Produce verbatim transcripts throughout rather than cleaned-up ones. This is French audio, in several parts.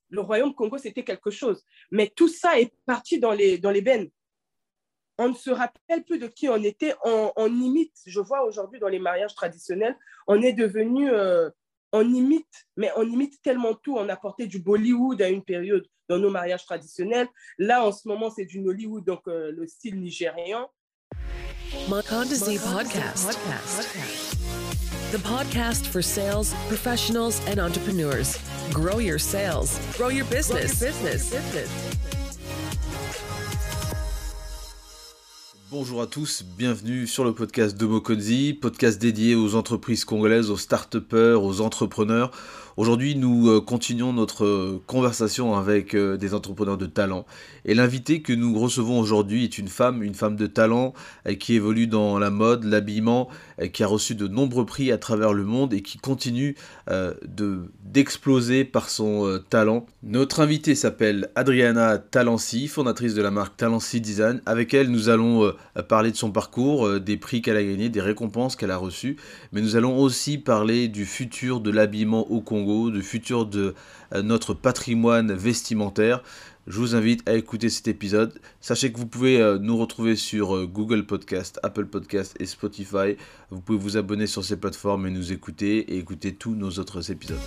le royaume Congo, c'était quelque chose. Mais tout ça est parti dans les, dans les bennes. On ne se rappelle plus de qui on était. On, on imite, je vois aujourd'hui dans les mariages traditionnels, on est devenu, euh, on imite, mais on imite tellement tout. On a porté du Bollywood à une période dans nos mariages traditionnels. Là, en ce moment, c'est du Nollywood, donc euh, le style nigérian. Mokondazi Podcast. Podcast. The podcast for sales professionals and entrepreneurs. Grow your sales. Grow your business. Grow your business. business. Bonjour à tous, bienvenue sur le podcast de Mokondazi, podcast dédié aux entreprises congolaises, aux start-upers, aux entrepreneurs. Aujourd'hui, nous euh, continuons notre euh, conversation avec euh, des entrepreneurs de talent. Et l'invité que nous recevons aujourd'hui est une femme, une femme de talent euh, qui évolue dans la mode, l'habillement, euh, qui a reçu de nombreux prix à travers le monde et qui continue euh, de, d'exploser par son euh, talent. Notre invitée s'appelle Adriana Talensi, fondatrice de la marque Talensi Design. Avec elle, nous allons euh, parler de son parcours, euh, des prix qu'elle a gagnés, des récompenses qu'elle a reçues. Mais nous allons aussi parler du futur de l'habillement au Congo, du futur de euh, notre patrimoine vestimentaire. Je vous invite à écouter cet épisode. Sachez que vous pouvez euh, nous retrouver sur euh, Google Podcast, Apple Podcast et Spotify. Vous pouvez vous abonner sur ces plateformes et nous écouter et écouter tous nos autres épisodes.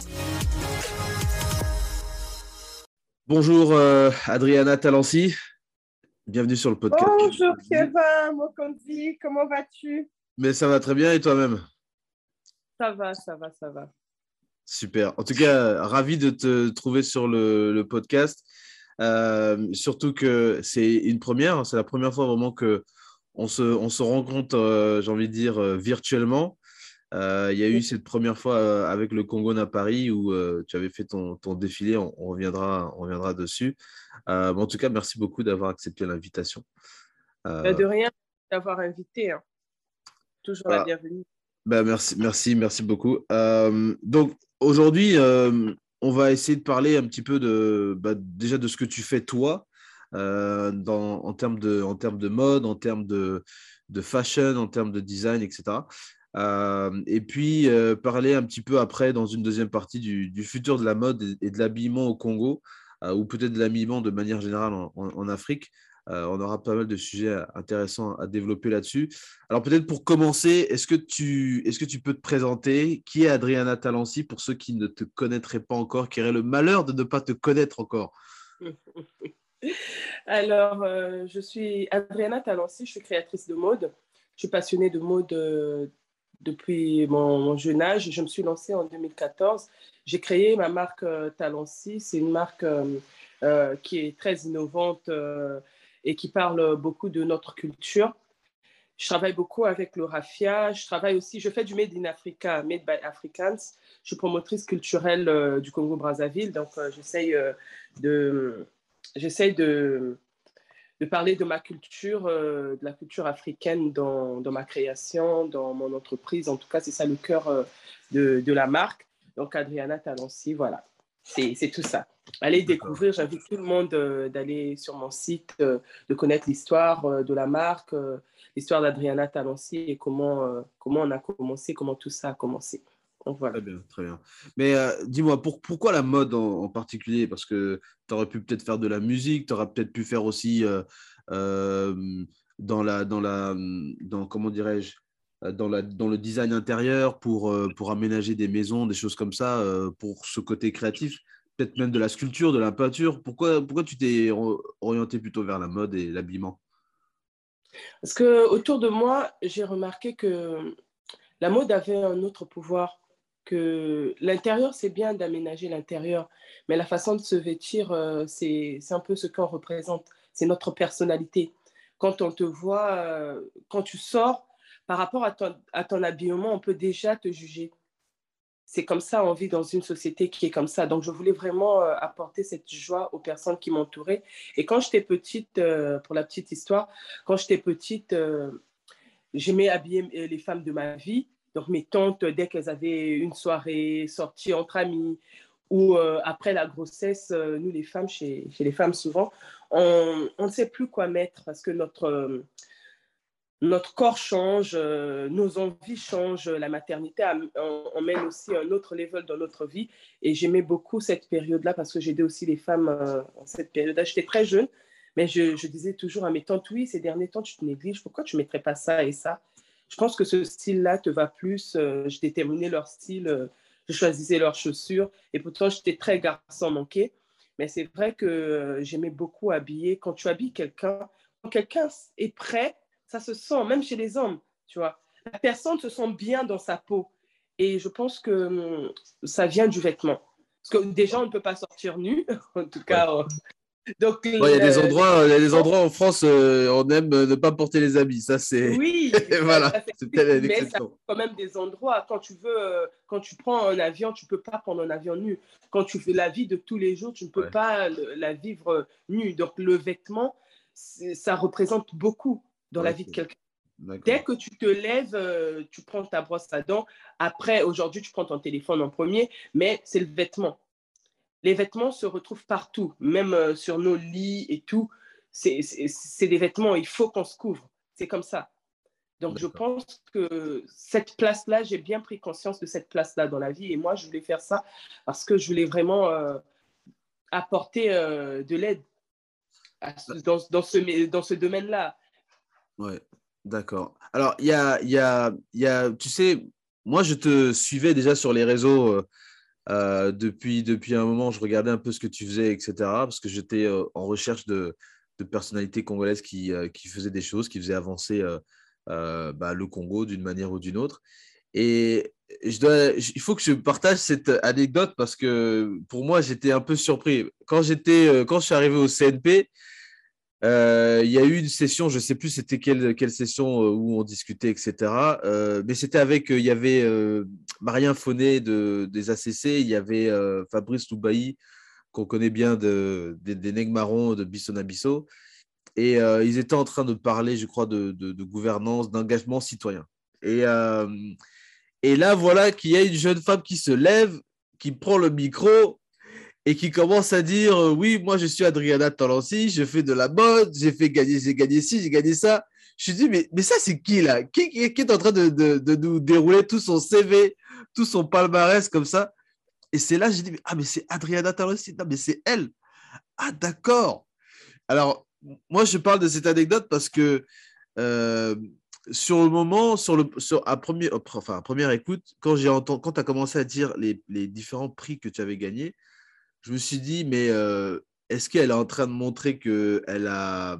Bonjour euh, Adriana Talensi, bienvenue sur le podcast. Bonjour Kevin, Mokondazi, comment vas-tu? Mais ça va très bien et toi-même? Ça va, ça va, ça va. Super. En tout cas, ravi de te trouver sur le, le podcast. Euh, surtout que c'est une première. C'est la première fois vraiment qu'on se, on se rencontre, euh, j'ai envie de dire, euh, virtuellement. Euh, il y a eu cette première fois euh, avec le Congo à Paris où euh, tu avais fait ton, ton défilé. On, on, reviendra, on reviendra dessus. Euh, mais en tout cas, merci beaucoup d'avoir accepté l'invitation. Euh... De rien, d'avoir invité. Hein. Toujours voilà. La bienvenue. Ben, merci, merci, merci beaucoup. Euh, donc, aujourd'hui, euh, on va essayer de parler un petit peu de, bah, déjà de ce que tu fais toi, euh, dans, en, termes de, en termes de mode, en termes de, de fashion, en termes de design, et cetera. Euh, et puis, euh, parler un petit peu après, dans une deuxième partie, du, du futur de la mode et, et de l'habillement au Congo, euh, ou peut-être de l'habillement de manière générale en, en, en Afrique. Euh, on aura pas mal de sujets intéressants à développer là-dessus. Alors peut-être pour commencer, est-ce que tu, est-ce que tu peux te présenter? Qui est Adriana Talensi pour ceux qui ne te connaîtraient pas encore, qui auraient le malheur de ne pas te connaître encore? Alors, euh, je suis Adriana Talensi, je suis créatrice de mode. Je suis passionnée de mode euh, depuis mon, mon jeune âge. Je me suis lancée en deux mille quatorze. J'ai créé ma marque euh, Talensi. C'est une marque euh, euh, qui est très innovante euh, et qui parle beaucoup de notre culture. Je travaille beaucoup avec le raffia. Je travaille aussi, je fais du Made in Africa, Made by Africans. Je suis promotrice culturelle euh, du Congo-Brazzaville. Donc, euh, j'essaye euh, de, j'essaye de, de parler de ma culture, euh, de la culture africaine dans, dans ma création, dans mon entreprise. En tout cas, c'est ça le cœur euh, de, de la marque. Donc, Adriana Talensi, voilà. C'est, c'est tout ça. Allez découvrir, j'invite tout le monde euh, d'aller sur mon site, euh, de connaître l'histoire euh, de la marque, euh, l'histoire d'Adriana Talensi et comment, euh, comment on a commencé, comment tout ça a commencé. Donc, voilà. Très bien, très bien. Mais euh, dis-moi, pour, pourquoi la mode en, en particulier? Parce que tu aurais pu peut-être faire de la musique, tu aurais peut-être pu faire aussi euh, euh, dans, la, dans, la, dans, comment dirais-je, dans, la, dans le design intérieur pour, euh, pour aménager des maisons, des choses comme ça, euh, pour ce côté créatif, peut-être même de la sculpture, de la peinture. Pourquoi, pourquoi tu t'es orienté plutôt vers la mode et l'habillement? Parce que autour de moi, j'ai remarqué que la mode avait un autre pouvoir. Que l'intérieur, c'est bien d'aménager l'intérieur, mais la façon de se vêtir, euh, c'est, c'est un peu ce qu'on représente. C'est notre personnalité. Quand on te voit, euh, quand tu sors, par rapport à ton, à ton habillement, on peut déjà te juger. C'est comme ça, on vit dans une société qui est comme ça. Donc, je voulais vraiment euh, apporter cette joie aux personnes qui m'entouraient. Et quand j'étais petite, euh, pour la petite histoire, quand j'étais petite, euh, j'aimais habiller les femmes de ma vie. Donc, mes tantes, dès qu'elles avaient une soirée sortie entre amis ou euh, après la grossesse, euh, nous, les femmes, chez, chez les femmes souvent, on, on ne sait plus quoi mettre parce que notre, euh, notre corps change, euh, nos envies changent, la maternité emmène aussi un autre level dans notre vie. Et j'aimais beaucoup cette période-là parce que j'aidais aussi les femmes euh, en cette période-là. J'étais très jeune, mais je, je disais toujours à mes tantes, oui, ces derniers temps, tu te négliges, pourquoi tu ne mettrais pas ça et ça? Je pense que ce style-là te va plus. Euh, je déterminais leur style, euh, je choisissais leurs chaussures. Et pourtant, j'étais très garçon manqué. Mais c'est vrai que euh, j'aimais beaucoup habiller. Quand tu habilles quelqu'un, quand quelqu'un est prêt, ça se sent, même chez les hommes, tu vois. La personne se sent bien dans sa peau. Et je pense que hum, ça vient du vêtement. Parce que déjà, on ne peut pas sortir nu, en tout Ouais. cas. euh, donc, Il ouais, y a des le, endroits, il y a des le... endroits en France, euh, on aime ne pas porter les habits. Ça, c'est. Oui, ça, Voilà, ça c'est s'explique, peut-être mais ça l'exception. quand même des endroits. Quand tu veux, euh, quand tu prends un avion, tu ne peux pas prendre un avion nu. Quand tu fais la vie de tous les jours, tu ne peux Ouais. pas le, la vivre nue. Donc, le vêtement, ça représente beaucoup dans la Ouais, vie de quelqu'un. d'accord. Dès que tu te lèves, euh, tu prends ta brosse à dents. Après, aujourd'hui, tu prends ton téléphone en premier, mais c'est le vêtement. Les vêtements se retrouvent partout, même euh, sur nos lits et tout. C'est, c'est, c'est des vêtements, il faut qu'on se couvre. C'est comme ça. Donc, je D'accord. pense que cette place-là, j'ai bien pris conscience de cette place-là dans la vie. Et moi, je voulais faire ça parce que je voulais vraiment euh, apporter euh, de l'aide à, dans, dans, ce, dans ce domaine-là. Ouais, d'accord. Alors, il y a, il y a, il y a, tu sais, moi, je te suivais déjà sur les réseaux euh, euh, depuis, depuis un moment. Je regardais un peu ce que tu faisais, et cetera. Parce que j'étais euh, en recherche de, de personnalités congolaises qui, euh, qui faisaient des choses, qui faisaient avancer euh, euh, bah, le Congo d'une manière ou d'une autre. Et je dois, il faut que je partage cette anecdote parce que pour moi, j'étais un peu surpris. Quand j'étais, euh, quand je suis arrivé au C N P, euh, il y a eu une session, je ne sais plus c'était quelle, quelle session euh, où on discutait, et cetera. Euh, mais c'était avec, euh, il y avait euh, Marien Fauné de, des A C C, il y avait euh, Fabrice Loubaï, qu'on connaît bien de, des, des Nègres Marrons de Bissona-Bisso. Et euh, ils étaient en train de parler, je crois, de, de, de gouvernance, d'engagement citoyen. Et, euh, et là, voilà qu'il y a une jeune femme qui se lève, qui prend le micro et qui commence à dire euh, oui, moi je suis Adriana Talancy, je fais de la mode, j'ai fait gagner, j'ai gagné ci, j'ai gagné ça. Je me dis, mais, mais ça, c'est qui là qui, qui, qui est en train de, de, de nous dérouler tout son C V, tout son palmarès comme ça? Et c'est là, j'ai dit, ah, mais c'est Adriana Talancy, non, mais c'est elle. Ah, d'accord. Alors, moi, je parle de cette anecdote parce que euh, sur le moment, sur le, sur, à, premier, enfin, à première écoute, quand tu as commencé à dire les, les différents prix que tu avais gagnés, je me suis dit, mais euh, est-ce qu'elle est en train de montrer qu'elle a.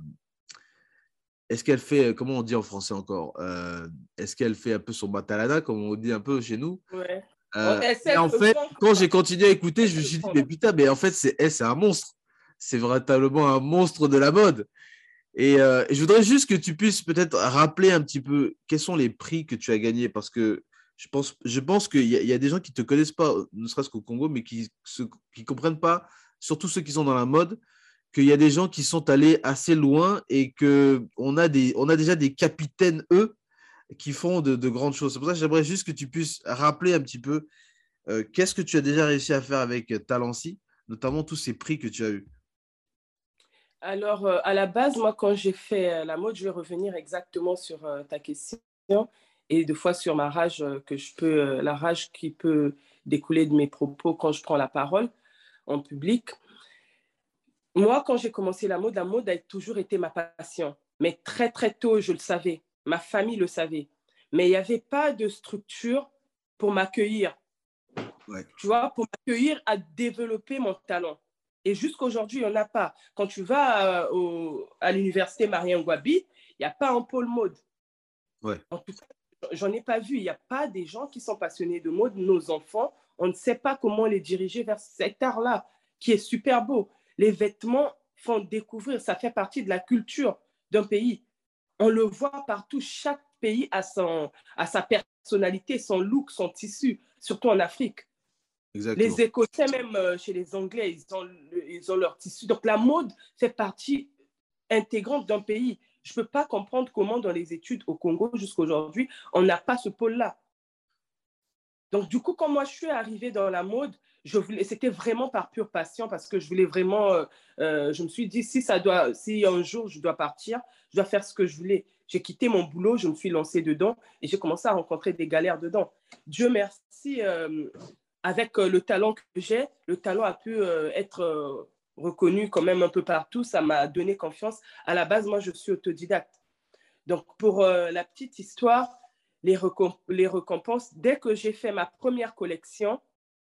Est-ce qu'elle fait, comment on dit en français encore euh, Est-ce qu'elle fait un peu son batalana, comme on dit un peu chez nous Ouais. On euh, Et essaie en de le fait, vendre, quand j'ai continué à écouter, je me de le suis dit, mais vendre. putain, mais en fait, c'est elle, c'est un monstre. C'est véritablement un monstre de la mode. Et, euh, et je voudrais juste que tu puisses peut-être rappeler un petit peu quels sont les prix que tu as gagnés, parce que je pense, je pense qu'il y, y a des gens qui ne te connaissent pas, ne serait-ce qu'au Congo, mais qui ne comprennent pas, surtout ceux qui sont dans la mode, qu'il y a des gens qui sont allés assez loin et qu'on a, des, on a déjà des capitaines, eux, qui font de, de grandes choses. C'est pour ça que j'aimerais juste que tu puisses rappeler un petit peu euh, qu'est-ce que tu as déjà réussi à faire avec Talency, notamment tous ces prix que tu as eus. Alors, euh, à la base, moi, quand j'ai fait euh, la mode, je vais revenir exactement sur euh, ta question et deux fois sur ma rage euh, que je peux, euh, la rage qui peut découler de mes propos quand je prends la parole en public. Moi, quand j'ai commencé la mode, la mode a toujours été ma passion. Mais très, très tôt, je le savais. Ma famille le savait. Mais il n'y avait pas de structure pour m'accueillir. Ouais. Tu vois, pour m'accueillir à développer mon talent. Et jusqu'aujourd'hui, il n'y en a pas. Quand tu vas euh, au, à l'université Marien-Ngouabi, il n'y a pas un pôle mode. Ouais. En tout cas, j'en ai pas vu. Il n'y a pas des gens qui sont passionnés de mode. Nos enfants, on ne sait pas comment les diriger vers cet art-là, qui est super beau. Les vêtements font découvrir, ça fait partie de la culture d'un pays. On le voit partout. Chaque pays a, son, a sa personnalité, son look, son tissu, surtout en Afrique. Exactement. Les Écossais, même euh, chez les Anglais, ils ont, ils ont leur tissu. Donc, la mode fait partie intégrante d'un pays. Je ne peux pas comprendre comment, dans les études au Congo jusqu'à aujourd'hui, on n'a pas ce pôle-là. Donc, du coup, quand moi, je suis arrivée dans la mode, je voulais, c'était vraiment par pure passion parce que je voulais vraiment, euh, euh, je me suis dit, si, ça doit, si un jour je dois partir, je dois faire ce que je voulais. j'ai quitté mon boulot, je me suis lancée dedans et j'ai commencé à rencontrer des galères dedans. Dieu merci, euh, avec euh, le talent que j'ai, le talent a pu euh, être euh, reconnu quand même un peu partout. Ça m'a donné confiance. À la base, moi, je suis autodidacte. Donc, pour euh, la petite histoire, les, récomp les récompenses, dès que j'ai fait ma première collection,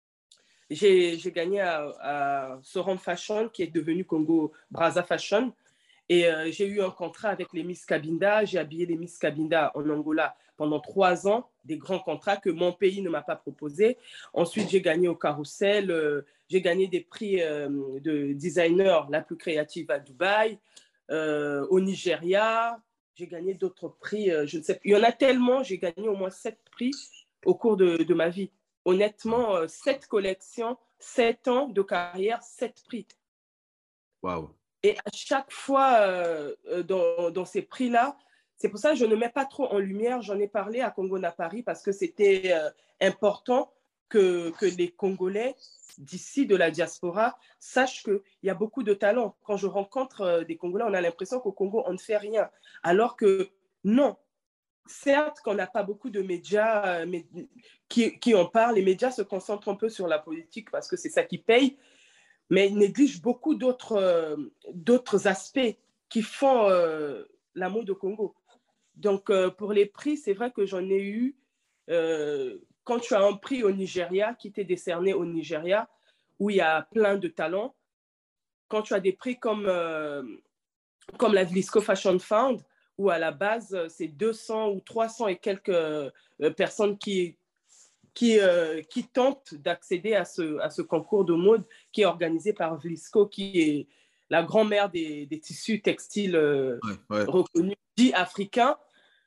j'ai gagné à, à Soran Fashion, qui est devenu Congo Brazza Fashion. Et euh, j'ai eu un contrat avec les Miss Cabinda. J'ai habillé les Miss Cabinda en Angola pendant trois ans, des grands contrats que mon pays ne m'a pas proposés. Ensuite, j'ai gagné au Carrousel. Euh, j'ai gagné des prix euh, de designer la plus créative à Dubaï, euh, au Nigeria. J'ai gagné d'autres prix. Euh, je ne sais, il y en a tellement. J'ai gagné au moins sept prix au cours de, de ma vie. Honnêtement, euh, sept collections, sept ans de carrière, sept prix. Waouh. Et à chaque fois, euh, dans, dans ces prix-là, c'est pour ça que je ne mets pas trop en lumière. J'en ai parlé à Congo-Na Paris parce que c'était euh, important que, que les Congolais d'ici, de la diaspora, sachent qu'il y a beaucoup de talent. Quand je rencontre euh, des Congolais, on a l'impression qu'au Congo, on ne fait rien. Alors que non. Certes, qu'on n'a pas beaucoup de médias euh, mais, qui, qui en parlent. Les médias se concentrent un peu sur la politique parce que c'est ça qui paye. Mais ils négligent beaucoup d'autres euh, aspects qui font euh, la mode au Congo. Donc, euh, pour les prix, c'est vrai que j'en ai eu. Euh, quand tu as un prix au Nigeria, qui t'est décerné au Nigeria, où il y a plein de talents, quand tu as des prix comme, euh, comme la Vlisco Fashion Fund, où à la base, c'est deux cents ou trois cents et quelques euh, personnes qui qui, euh, qui tente d'accéder à ce, à ce concours de mode qui est organisé par Vlisco, qui est la grand-mère des, des tissus textiles euh, ouais, ouais. reconnus, dits africains.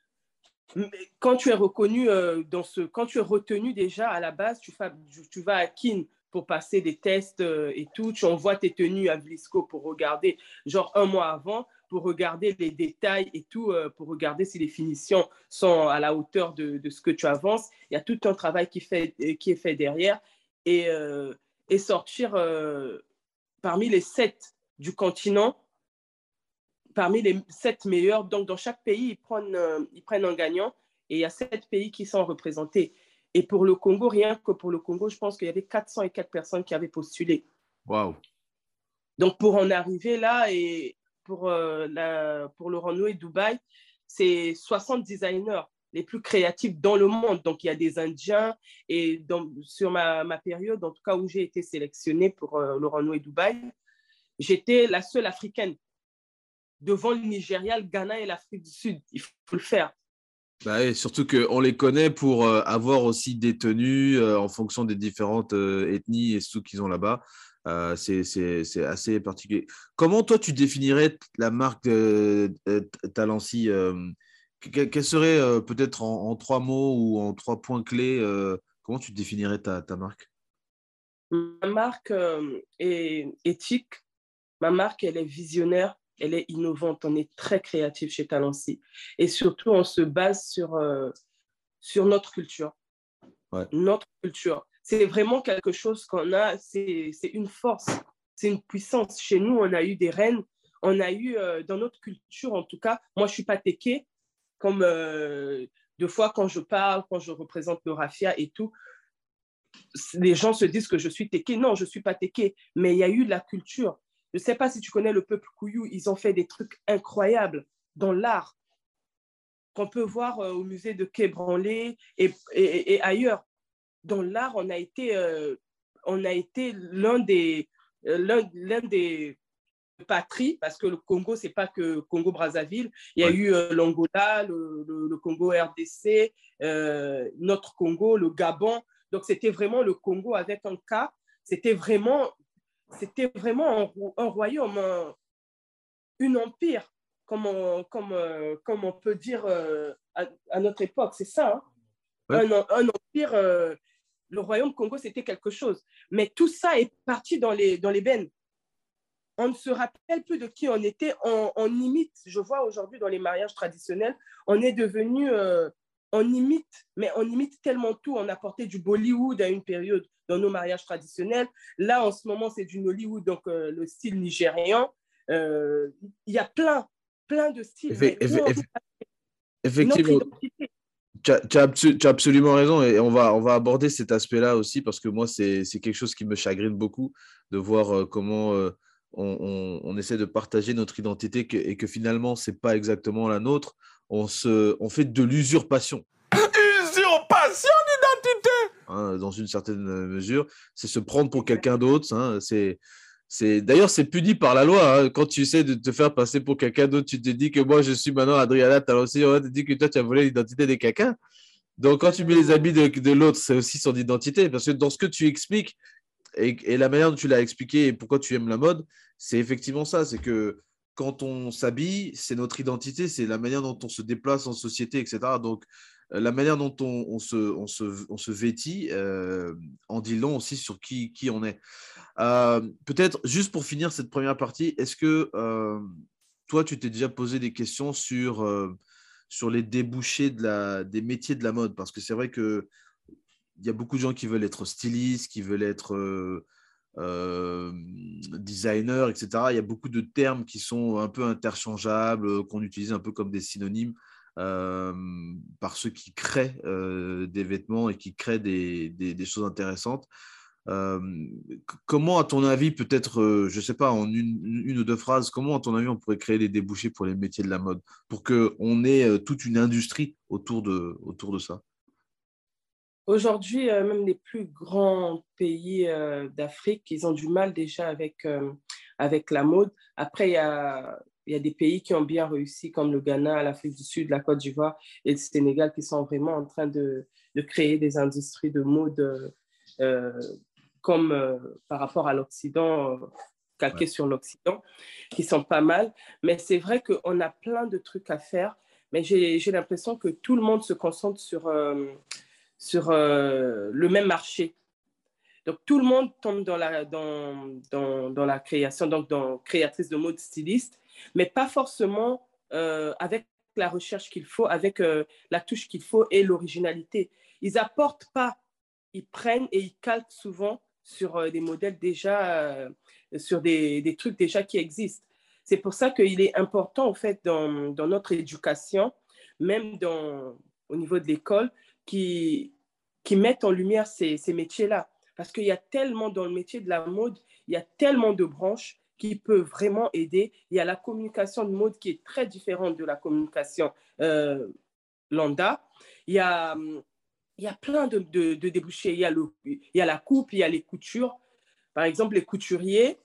Quand tu es reconnu euh, dans ce, quand tu es retenu déjà à la base, tu, tu vas à Kin pour passer des tests euh, et tout. Tu envoies tes tenues à Vlisco pour regarder, genre un mois avant, pour regarder les détails et tout, euh, pour regarder si les finitions sont à la hauteur de, de ce que tu avances. Il y a tout un travail qui, fait, qui est fait derrière. Et, euh, et sortir euh, parmi les sept du continent, parmi les sept meilleurs. Donc, dans chaque pays, ils prennent, euh, ils prennent un gagnant et il y a sept pays qui sont représentés. Et pour le Congo, rien que pour le Congo, je pense qu'il y avait quatre cent quatre personnes qui avaient postulé. Waouh. Donc, pour en arriver là, et pour, euh, la, pour le runway Dubaï, c'est soixante designers les plus créatifs dans le monde. Donc, il y a des Indiens. Et dans, sur ma, ma période, en tout cas où j'ai été sélectionnée pour euh, le runway Dubaï, j'étais la seule africaine devant le Nigeria, le Ghana et l'Afrique du Sud. Il faut le faire. Bah oui, surtout qu'on les connaît pour euh, avoir aussi des tenues euh, en fonction des différentes euh, ethnies et sous qu'ils ont là-bas. Euh, c'est assez particulier. Comment toi, tu définirais la marque de, de, de Talensi euh, Quelle serait euh, peut-être en, en trois mots ou en trois points clés euh, comment tu définirais ta, ta marque? Ma marque euh, est éthique. Ma marque, elle est visionnaire. Elle est innovante, on est très créatif chez Talensi. Et surtout, on se base sur, euh, sur notre culture. Ouais. Notre culture. C'est vraiment quelque chose qu'on a, c'est une force, c'est une puissance. Chez nous, on a eu des reines, on a eu, euh, dans notre culture en tout cas, moi je ne suis pas téké, comme euh, deux fois quand je parle, quand je représente le raffia et tout, les gens se disent que je suis téké. Non, je ne suis pas téké, mais il y a eu de la culture. Je ne sais pas si tu connais le peuple Kouyou, ils ont fait des trucs incroyables dans l'art qu'on peut voir euh, au musée de Quai Branly et, et, et ailleurs. Dans l'art, on a été, euh, on a été l'un des, euh, l'un des patries, parce que le Congo, ce n'est pas que Congo-Brazzaville. Il y a ouais. eu euh, l'Angola, le, le, le Congo R D C, euh, notre Congo, le Gabon. Donc, c'était vraiment le Congo avec un K. C'était vraiment... C'était vraiment un, un royaume, un, une empire, comme on, comme, euh, comme on peut dire euh, à, à notre époque. C'est ça, hein? Ouais. un, un empire. Euh, le royaume Congo, c'était quelque chose. Mais tout ça est parti dans les, dans les bennes. On ne se rappelle plus de qui on était. On, on imite, je vois aujourd'hui dans les mariages traditionnels, on est devenu... Euh, on imite, mais on imite tellement tout. On a porté du Bollywood à une période dans nos mariages traditionnels. Là, en ce moment, c'est du Nollywood, donc euh, le style nigérian. Il euh, y a plein, plein de styles. Effect, mais eff, eff, notre Effectivement, identité. tu as, tu as abso- tu as absolument raison et on va, on va aborder cet aspect-là aussi parce que moi, c'est, c'est quelque chose qui me chagrine beaucoup de voir euh, comment euh, on, on- on essaie de partager notre identité que- et que finalement, ce n'est pas exactement la nôtre. On, se, on fait de l'usurpation. Usurpation d'identité, hein, dans une certaine mesure. C'est se prendre pour Exact. quelqu'un d'autre. Hein, c'est, c'est... D'ailleurs, c'est puni par la loi. Hein. Quand tu essaies de te faire passer pour quelqu'un d'autre, tu te dis que moi, je suis maintenant Adriana Talonsi. On te dit que toi, tu as volé l'identité de quelqu'un. Donc, quand tu mets les habits de, de l'autre, c'est aussi son identité. Parce que dans ce que tu expliques et, et la manière dont tu l'as expliqué et pourquoi tu aimes la mode, c'est effectivement ça. C'est que quand on s'habille, c'est notre identité, c'est la manière dont on se déplace en société, et cetera. Donc, euh, la manière dont on, on se, on, se, on se vêtit euh, en dit long aussi sur qui, qui on est. Euh, peut-être juste pour finir cette première partie, est-ce que euh, toi, tu t'es déjà posé des questions sur, euh, sur les débouchés de la, des métiers de la mode? Parce que c'est vrai que il y a beaucoup de gens qui veulent être stylistes, qui veulent être euh, euh, designers, et cetera. Il y a beaucoup de termes qui sont un peu interchangeables, euh, qu'on utilise un peu comme des synonymes euh, par ceux qui créent euh, des vêtements et qui créent des, des, des choses intéressantes. Euh, comment, à ton avis, peut-être, euh, je ne sais pas, en une, une ou deux phrases, comment, à ton avis, on pourrait créer des débouchés pour les métiers de la mode pour qu'on ait euh, toute une industrie autour de, autour de ça? Aujourd'hui, euh, même les plus grands pays euh, d'Afrique, ils ont du mal déjà avec, euh, avec la mode. Après, il y a, il y a des pays qui ont bien réussi, comme le Ghana, l'Afrique du Sud, la Côte d'Ivoire et le Sénégal, qui sont vraiment en train de, de créer des industries de mode euh, euh, comme euh, par rapport à l'Occident, euh, Ouais. calqués sur l'Occident, qui sont pas mal. Mais c'est vrai qu'on a plein de trucs à faire. Mais j'ai, j'ai l'impression que tout le monde se concentre sur... Euh, sur euh, le même marché. Donc, tout le monde tombe dans la, dans, dans, dans la création, donc dans créatrice de mode styliste, mais pas forcément euh, avec la recherche qu'il faut, avec euh, la touche qu'il faut et l'originalité. Ils n'apportent pas, ils prennent et ils calquent souvent sur euh, des modèles déjà, euh, sur des, des trucs déjà qui existent. C'est pour ça qu'il est important, en fait, dans, dans notre éducation, même dans, au niveau de l'école, qui, qui mettent en lumière ces, ces métiers-là. Parce qu'il y a tellement dans le métier de la mode, il y a tellement de branches qui peuvent vraiment aider. Il y a la communication de mode qui est très différente de la communication euh, lambda. Il y a, il y a plein de, de, de débouchés. Il y, a le, il y a la coupe, il y a les coutures. Par exemple, les couturiers,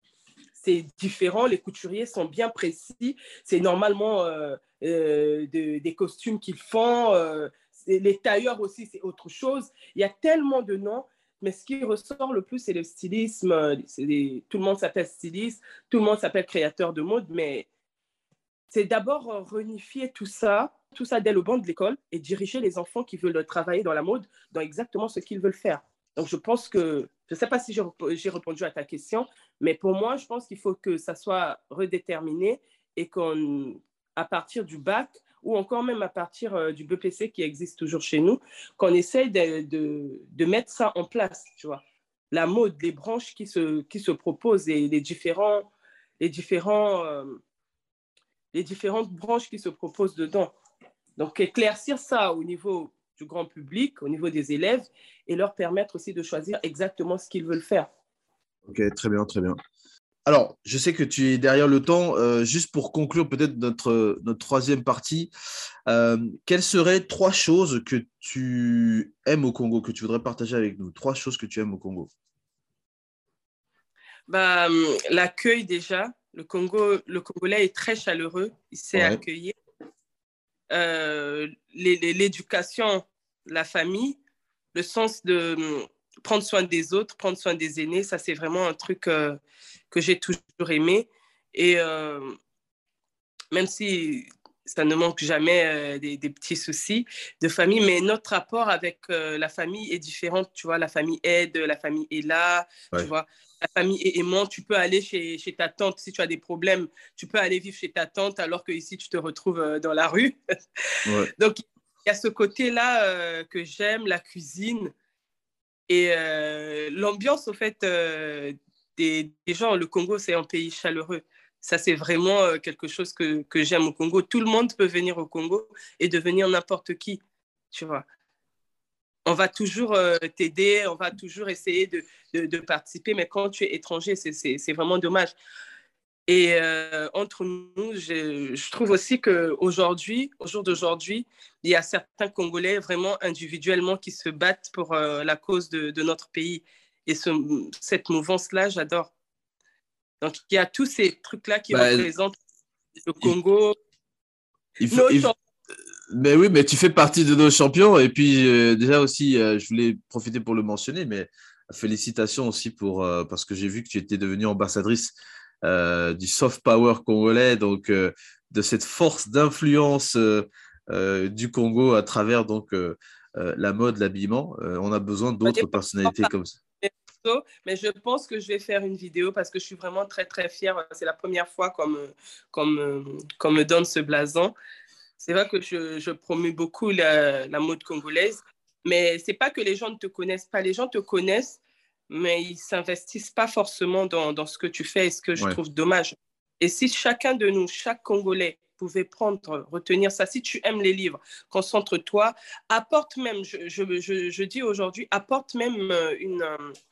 c'est différent. Les couturiers sont bien précis. C'est normalement euh, euh, de, des costumes qu'ils font. Euh, les tailleurs aussi, c'est autre chose. Il y a tellement de noms. Mais ce qui ressort le plus, c'est le stylisme. C'est les, tout le monde s'appelle styliste, tout le monde s'appelle créateur de mode. Mais c'est d'abord réunifier tout ça, tout ça dès le banc de l'école et diriger les enfants qui veulent travailler dans la mode dans exactement ce qu'ils veulent faire. Donc, je pense que, je ne sais pas si j'ai répondu à ta question, mais pour moi, je pense qu'il faut que ça soit redéterminé et qu'à partir du bac ou encore même à partir euh, du B P C qui existe toujours chez nous, qu'on essaye de, de, de mettre ça en place, tu vois. La mode, les branches qui se, qui se proposent et les différents, les différents euh, les différentes branches qui se proposent dedans. Donc, éclaircir ça au niveau du grand public, au niveau des élèves, et leur permettre aussi de choisir exactement ce qu'ils veulent faire. Ok, très bien, très bien. Alors, je sais que tu es derrière le temps. Euh, juste pour conclure peut-être notre, notre troisième partie, euh, quelles seraient trois choses que tu aimes au Congo, que tu voudrais partager avec nous? Trois choses que tu aimes au Congo. Bah, l'accueil déjà. Le Congo, le Congolais est très chaleureux. Il sait Ouais. accueillir. Euh, l'éducation, la famille, le sens de prendre soin des autres, prendre soin des aînés, ça c'est vraiment un truc euh, que j'ai toujours aimé. Et euh, même si ça ne manque jamais euh, des, des, petits soucis de famille, mais notre rapport avec euh, la famille est différent. Tu vois, la famille aide, la famille est là, Ouais. tu vois. La famille est aimante. Tu peux aller chez, chez ta tante si tu as des problèmes. Tu peux aller vivre chez ta tante alors que ici tu te retrouves euh, dans la rue. Ouais. Donc, il y a ce côté-là euh, que j'aime, la cuisine et euh, l'ambiance, au fait, euh, des, des gens. Le Congo, c'est un pays chaleureux. Ça, c'est vraiment euh, quelque chose que, que j'aime au Congo. Tout le monde peut venir au Congo et devenir n'importe qui, tu vois. On va toujours euh, t'aider, on va toujours essayer de, de, de participer, mais quand tu es étranger, c'est, c'est, c'est vraiment dommage. Et euh, entre nous, je, je trouve aussi qu'aujourd'hui, au jour d'aujourd'hui, il y a certains Congolais vraiment individuellement qui se battent pour euh, la cause de, de notre pays. Et ce, cette mouvance-là, j'adore. Donc, il y a tous ces trucs-là qui Bah, représentent le il, Congo, il faut, nos il, champions. mais oui, mais tu fais partie de nos champions. Et puis, euh, déjà aussi, euh, je voulais profiter pour le mentionner, mais félicitations aussi pour, euh, parce que j'ai vu que tu étais devenue ambassadrice euh, du soft power congolais, donc euh, de cette force d'influence euh, euh, du Congo à travers donc euh, euh, la mode, l'habillement. Euh, on a besoin d'autres personnalités comme ça. Mais je pense que je vais faire une vidéo parce que je suis vraiment très, très fière. C'est la première fois qu'on me, qu'on me, qu'on me donne ce blason. C'est vrai que je, je promets beaucoup la, la mode congolaise, mais c'est pas que les gens ne te connaissent pas. Les gens te connaissent, mais ils s'investissent pas forcément dans, dans ce que tu fais et ce que je Ouais. trouve dommage. Et si chacun de nous, chaque Congolais, pouvait prendre, retenir ça, si tu aimes les livres, concentre-toi, apporte même, je, je, je, je dis aujourd'hui, apporte même une,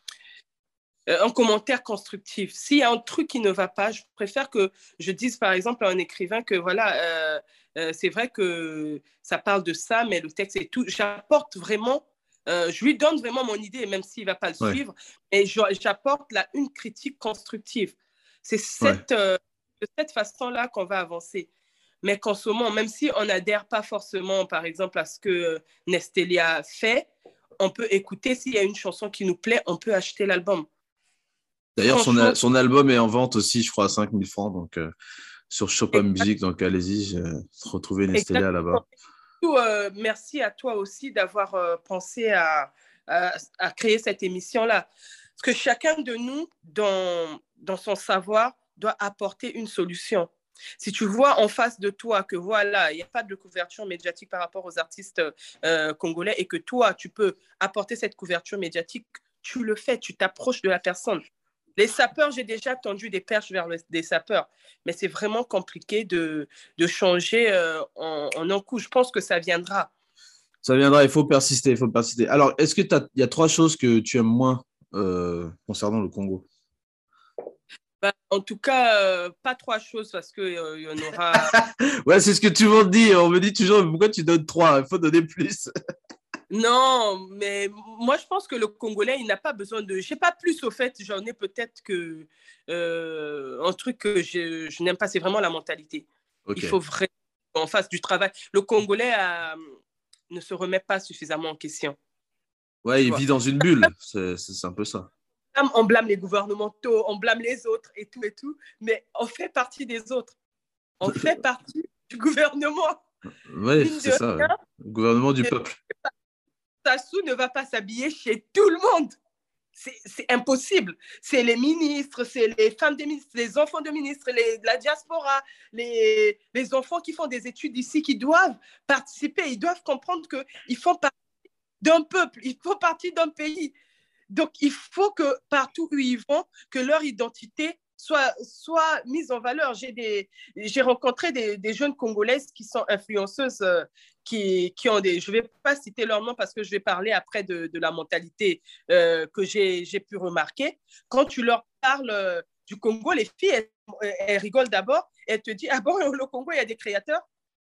un commentaire constructif. S'il y a un truc qui ne va pas, je préfère que je dise par exemple à un écrivain que voilà, euh, euh, c'est vrai que ça parle de ça, mais le texte est tout. J'apporte vraiment, euh, je lui donne vraiment mon idée, même s'il ne va pas le Ouais. suivre, et j'apporte là une critique constructive. C'est cette, Ouais. euh, de cette façon-là qu'on va avancer. Mais qu'en ce moment, même si on n'adhère pas forcément, par exemple, à ce que Nestelia fait, on peut écouter, s'il y a une chanson qui nous plaît, on peut acheter l'album. D'ailleurs, son, Franchement, a- son album est en vente aussi, je crois, à cinq mille francs, donc euh, sur Chopin exact, Music. Donc allez-y, euh, retrouvez Nestelia exactement. là-bas. Euh, merci à toi aussi d'avoir euh, pensé à, à, à créer cette émission-là. Parce que chacun de nous, dans, dans son savoir, doit apporter une solution. Si tu vois en face de toi que voilà, il n'y a pas de couverture médiatique par rapport aux artistes euh, congolais et que toi, tu peux apporter cette couverture médiatique, tu le fais, tu t'approches de la personne. Les sapeurs, j'ai déjà tendu des perches vers le, des sapeurs, mais c'est vraiment compliqué de, de changer euh, en, en un coup. Je pense que ça viendra. Ça viendra, il faut persister, il faut persister. Alors, est-ce que il y a trois choses que tu aimes moins euh, concernant le Congo? Bah, en tout cas, euh, pas trois choses parce qu'il euh, y en aura. Ouais, c'est ce que tout le monde dit. On me dit toujours, pourquoi tu donnes trois? Il faut donner plus. Non, mais moi, je pense que le Congolais, il n'a pas besoin de... Je n'ai pas plus au fait, j'en ai peut-être que... Euh, un truc que je, je n'aime pas, c'est vraiment la mentalité. Ok. Il faut vraiment qu'on fasse du travail. Le Congolais a, ne se remet pas suffisamment en question. Ouais, Tu il vois. vit dans une bulle. C'est, c'est un peu ça. On blâme les gouvernementaux, on blâme les autres et tout et tout, mais on fait partie des autres. On fait partie du gouvernement. Ouais, Mine c'est de ça. Ouais. rien, Le gouvernement du peuple. Sassou ne va pas s'habiller chez tout le monde. C'est impossible. C'est les ministres, c'est les femmes des ministres, les enfants de ministres, les, la diaspora, les, les enfants qui font des études ici, qui doivent participer. Ils doivent comprendre qu'ils font partie d'un peuple, ils font partie d'un pays. Donc, il faut que partout où ils vont, que leur identité soit, soit mise en valeur. J'ai rencontré des, des jeunes Congolaises qui sont influenceuses, euh, qui, qui ont des... Je ne vais pas citer leur nom parce que je vais parler après de, de la mentalité euh, que j'ai pu remarquer. Quand tu leur parles euh, du Congo, les filles, elles, elles rigolent d'abord. Elles te disent, ah bon, au Congo, il y a des créateurs?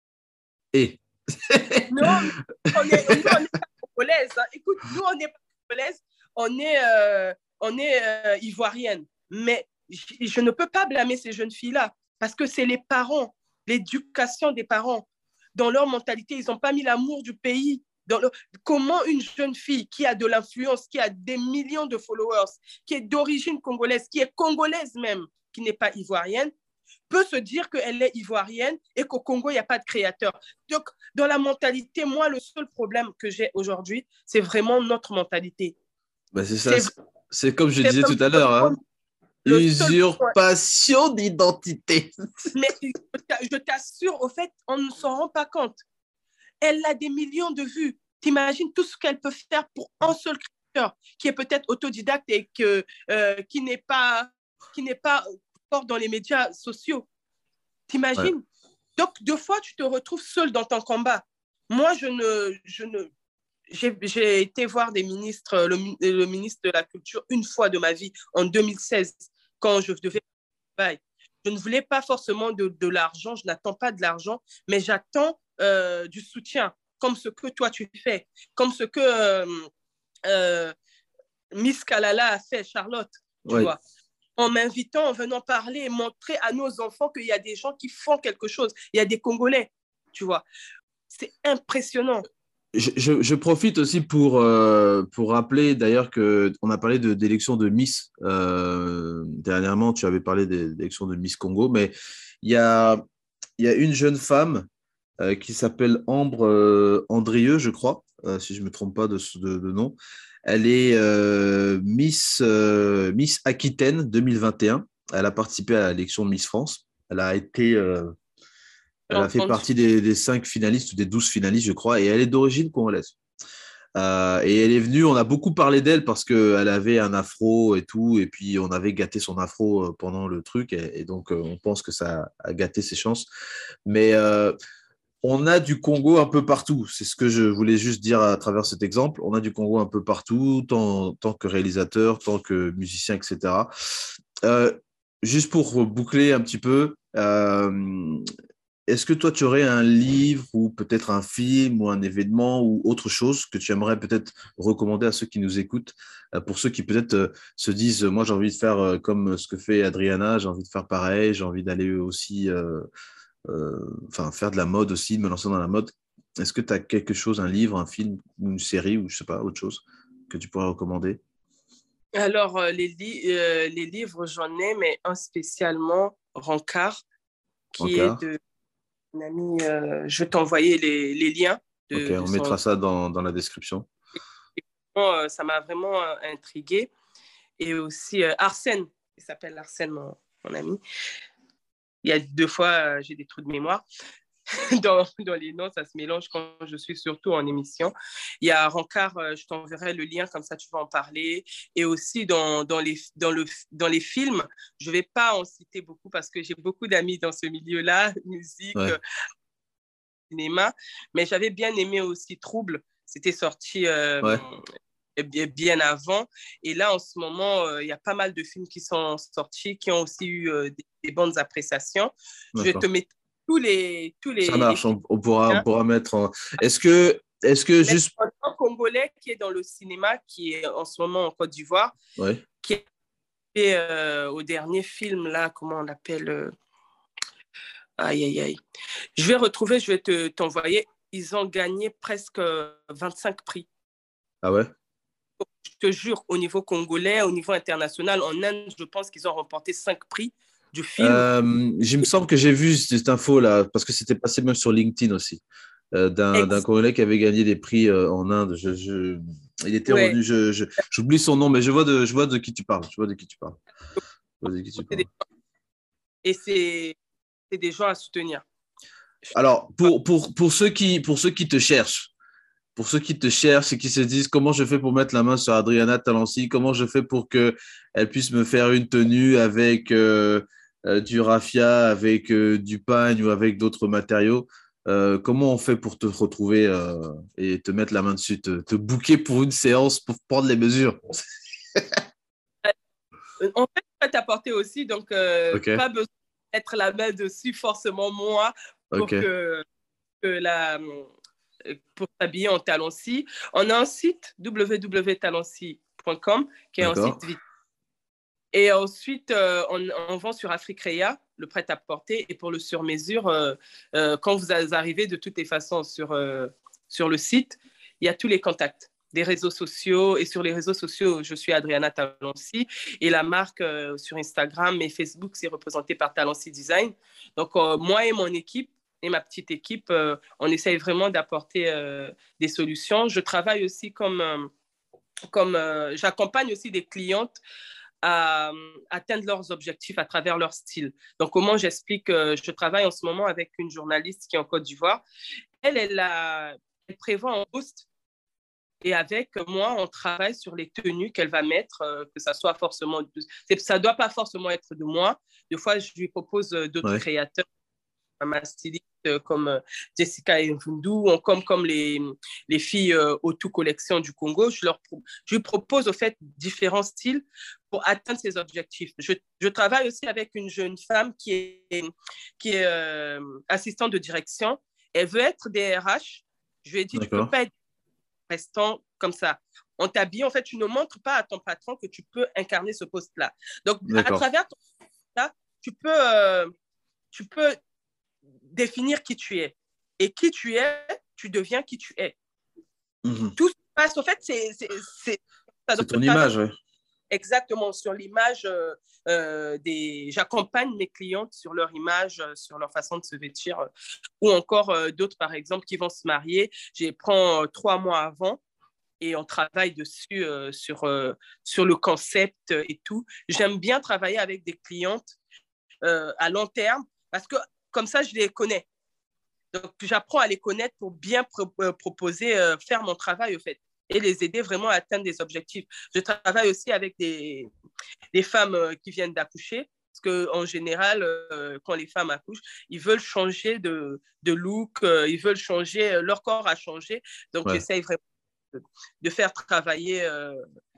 Et Non, mais on est, nous, on n'est pas congolaises. Hein. Écoute, nous, on n'est pas congolaises. On est, euh, on est euh, ivoirienne. Mais je, je ne peux pas blâmer ces jeunes filles-là parce que c'est les parents, l'éducation des parents. Dans leur mentalité, ils n'ont pas mis l'amour du pays. Dans le... Comment une jeune fille qui a de l'influence, qui a des millions de followers, qui est d'origine congolaise, qui est congolaise même, qui n'est pas ivoirienne, peut se dire qu'elle est ivoirienne et qu'au Congo, il n'y a pas de créateur. Donc, dans la mentalité, moi, le seul problème que j'ai aujourd'hui, c'est vraiment notre mentalité. bah c'est ça. C'est comme je disais tout à l'heure. Hein. Le Usurpation d'identité. Mais je t'assure, au fait, on ne s'en rend pas compte. Elle a des millions de vues. T'imagines tout ce qu'elle peut faire pour un seul créateur qui est peut-être autodidacte et que, euh, qui n'est pas, qui n'est pas encore dans les médias sociaux. T'imagines? Ouais. Donc, deux fois, tu te retrouves seul dans ton combat. Moi, je ne... Je ne j'ai, j'ai été voir des ministres, le, le ministre de la Culture une fois de ma vie, en deux mille seize, quand je devais travailler. Je ne voulais pas forcément de, de l'argent, je n'attends pas de l'argent, mais j'attends euh, du soutien, comme ce que toi tu fais, comme ce que euh, euh, Miss Kalala a fait, Charlotte, tu Ouais. vois. En m'invitant, en venant parler et montrer à nos enfants qu'il y a des gens qui font quelque chose. Il y a des Congolais, tu vois. C'est impressionnant. Je, je, je profite aussi pour, euh, pour rappeler d'ailleurs qu'on a parlé de, d'élections de Miss. Euh, dernièrement, tu avais parlé des, d'élections de Miss Congo, mais il y a, il y a une jeune femme euh, qui s'appelle Ambre euh, Andrieux, je crois, euh, si je ne me trompe pas de, de, de nom. Elle est euh, Miss, euh, Miss Aquitaine deux mille vingt et un. Elle a participé à l'élection de Miss France. Elle a été... Euh, J'ai elle a fait entendu. partie des, des cinq finalistes ou des douze finalistes, je crois, et elle est d'origine congolaise. Euh, et elle est venue, on a beaucoup parlé d'elle parce qu'elle avait un afro et tout, et puis on avait gâté son afro euh, pendant le truc, et, et donc euh, on pense que ça a gâté ses chances. Mais euh, on a du Congo un peu partout, c'est ce que je voulais juste dire à travers cet exemple. On a du Congo un peu partout, tant, tant que réalisateur, tant que musicien, et cetera. Euh, juste pour boucler un petit peu, euh, est-ce que toi, tu aurais un livre ou peut-être un film ou un événement ou autre chose que tu aimerais peut-être recommander à ceux qui nous écoutent, euh, pour ceux qui peut-être euh, se disent, moi j'ai envie de faire euh, comme ce que fait Adriana, j'ai envie de faire pareil, j'ai envie d'aller aussi, euh, euh, enfin faire de la mode aussi, de me lancer dans la mode. Est-ce que tu as quelque chose, un livre, un film ou une série ou je sais pas, autre chose que tu pourrais recommander? Alors, euh, les, li- euh, les livres, j'en ai, mais un spécialement, Rancard, qui est Encore? de un ami. Euh, je vais t'envoyer les, les liens Ok, de, de on son. mettra ça dans, dans la description. Euh, ça m'a vraiment euh, intriguée. Et aussi euh, Arsène, il s'appelle Arsène, mon, mon ami. Il y a deux fois, euh, j'ai des trous de mémoire. Dans, dans les noms, ça se mélange quand je suis surtout en émission. Il y a Rancard, euh, je t'enverrai le lien, comme ça tu vas en parler. Et aussi dans, dans, les, dans, le, dans les films, je ne vais pas en citer beaucoup parce que j'ai beaucoup d'amis dans ce milieu-là, musique, euh, Ouais, cinéma. Mais j'avais bien aimé aussi Trouble. C'était sorti euh, ouais, bien avant. Et là, en ce moment, euh, il y a pas mal de films qui sont sortis, qui ont aussi eu euh, des, des bonnes appréciations. Je vais te d'accord. mettre tous les, tous Ça les, les marche, films. on, on pourra, on Hein. pourra mettre en... Est-ce que, est-ce que Mais juste... un Congolais qui est dans le cinéma, qui est en ce moment en Côte d'Ivoire, Ouais. qui est fait, euh, au dernier film, là, comment on l'appelle euh... Aïe, aïe, aïe. Je vais retrouver, je vais te, t'envoyer. Ils ont gagné presque vingt-cinq prix. Ah ouais? Je te jure, au niveau congolais, au niveau international, en Inde, je pense qu'ils ont remporté cinq prix du film. Euh, il me semble que j'ai vu cette info là, parce que c'était passé même sur LinkedIn aussi, euh, d'un, d'un Ex- Congolais qui avait gagné des prix euh, en Inde. Je, je- Il était ouais, revenu, je, je- j'oublie son nom, mais je vois de, je vois de qui tu parles. Je vois de qui tu parles. Je vois de qui tu parles. et c'est, c'est des gens à soutenir. Alors, pour, pour, pour, ceux qui, pour ceux qui te cherchent, pour ceux qui te cherchent et qui se disent comment je fais pour mettre la main sur Adriana Talancy, comment je fais pour qu'elle puisse me faire une tenue avec euh, euh, du raffia, avec euh, du pagne ou avec d'autres matériaux, euh, comment on fait pour te retrouver euh, et te mettre la main dessus, te, te booker pour une séance pour prendre les mesures? En fait, prêt à porter aussi, donc euh, Ok, pas besoin de mettre la main dessus forcément moi ok, pour que, que la, pour s'habiller en Talancy. On a un site w w w point talancy point com qui est un d'accord, site vite. Et ensuite, euh, on, on vend sur Africrea, le prêt-à-porter. Et pour le sur-mesure, euh, euh, quand vous arrivez de toutes les façons sur, euh, sur le site, il y a tous les contacts des réseaux sociaux. Et sur les réseaux sociaux, je suis Adriana Talancy. Et la marque euh, sur Instagram et Facebook, c'est représenté par Talancy Design. Donc, euh, moi et mon équipe, et ma petite équipe, euh, on essaye vraiment d'apporter euh, des solutions. Je travaille aussi comme... Euh, comme euh, j'accompagne aussi des clientes à atteindre leurs objectifs à travers leur style. Donc, comment j'explique euh, Je travaille en ce moment avec une journaliste qui est en Côte d'Ivoire. Elle, elle, a, elle prévoit un post Et avec moi, on travaille sur les tenues qu'elle va mettre, euh, que ça soit forcément, ça ne doit pas forcément être de moi. Des fois, je lui propose euh, d'autres Ouais. créateurs, ma styliste euh, comme euh, Jessica Mvundu, ou comme, comme les, les filles euh, Otu Collection du Congo. Je, leur pro- je lui propose au fait différents styles pour atteindre ses objectifs. Je, je travaille aussi avec une jeune femme qui est, qui est euh, assistante de direction. Elle veut être D R H. Je lui ai dit, tu ne peux D'accord. pas être restant comme ça. On t'habille, en fait, tu ne montres pas à ton patron que tu peux incarner ce poste-là. Donc, à D'accord. travers ton poste-là, tu peux, euh, tu peux définir qui tu es. Et qui tu es, tu deviens qui tu es. Mhm. Tout se passe, en fait, c'est, c'est, c'est, ça. C'est Donc, ton je image, travaille ouais. exactement sur l'image euh, euh, des... J'accompagne mes clientes sur leur image, euh, sur leur façon de se vêtir, euh, ou encore euh, d'autres, par exemple, qui vont se marier. Je les prends euh, trois mois avant et on travaille dessus euh, sur, euh, sur le concept et tout. J'aime bien travailler avec des clientes euh, à long terme parce que comme ça, je les connais. Donc, j'apprends à les connaître pour bien pro- euh, proposer, euh, faire mon travail, au fait, et les aider vraiment à atteindre des objectifs. Je travaille aussi avec des, des femmes euh, qui viennent d'accoucher, parce qu'en général, euh, quand les femmes accouchent, ils veulent changer de, de look, euh, ils veulent changer, euh, leur corps a changé. Donc, Ouais. j'essaye vraiment de, de faire travailler euh,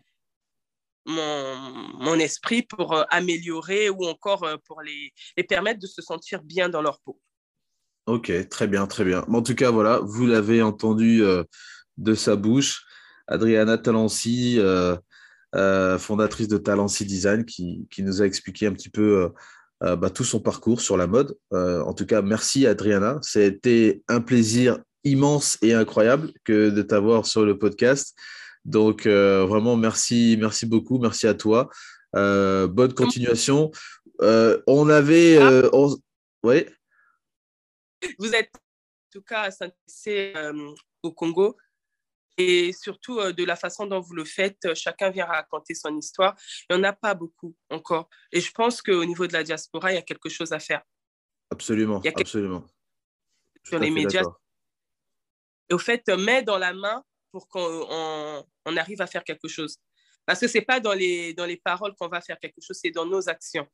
mon, mon esprit pour euh, améliorer ou encore euh, pour les, les permettre de se sentir bien dans leur peau. Ok, très bien, très bien. Mais en tout cas, voilà, vous l'avez entendu euh, de sa bouche. Adriana Talensi, euh, euh, fondatrice de Talensi Design, qui, qui nous a expliqué un petit peu euh, euh, bah, tout son parcours sur la mode. Euh, en tout cas, merci Adriana. C'était un plaisir immense et incroyable que de t'avoir sur le podcast. Donc, euh, vraiment, merci, merci beaucoup. Merci à toi. Euh, bonne continuation. Euh, on avait... Euh, on... Ouais. Vous êtes en tout cas à s'intéresser euh, au Congo et surtout euh, de la façon dont vous le faites. Euh, chacun vient raconter son histoire. Il n'y en a pas beaucoup encore. Et je pense qu'au niveau de la diaspora, il y a quelque chose à faire. Absolument, Il y a quelque absolument. chose Tout sur à les fait médias. d'accord. Et au fait, euh, mets dans la main pour qu'on on, on arrive à faire quelque chose. Parce que ce n'est pas dans les, dans les paroles qu'on va faire quelque chose, c'est dans nos actions.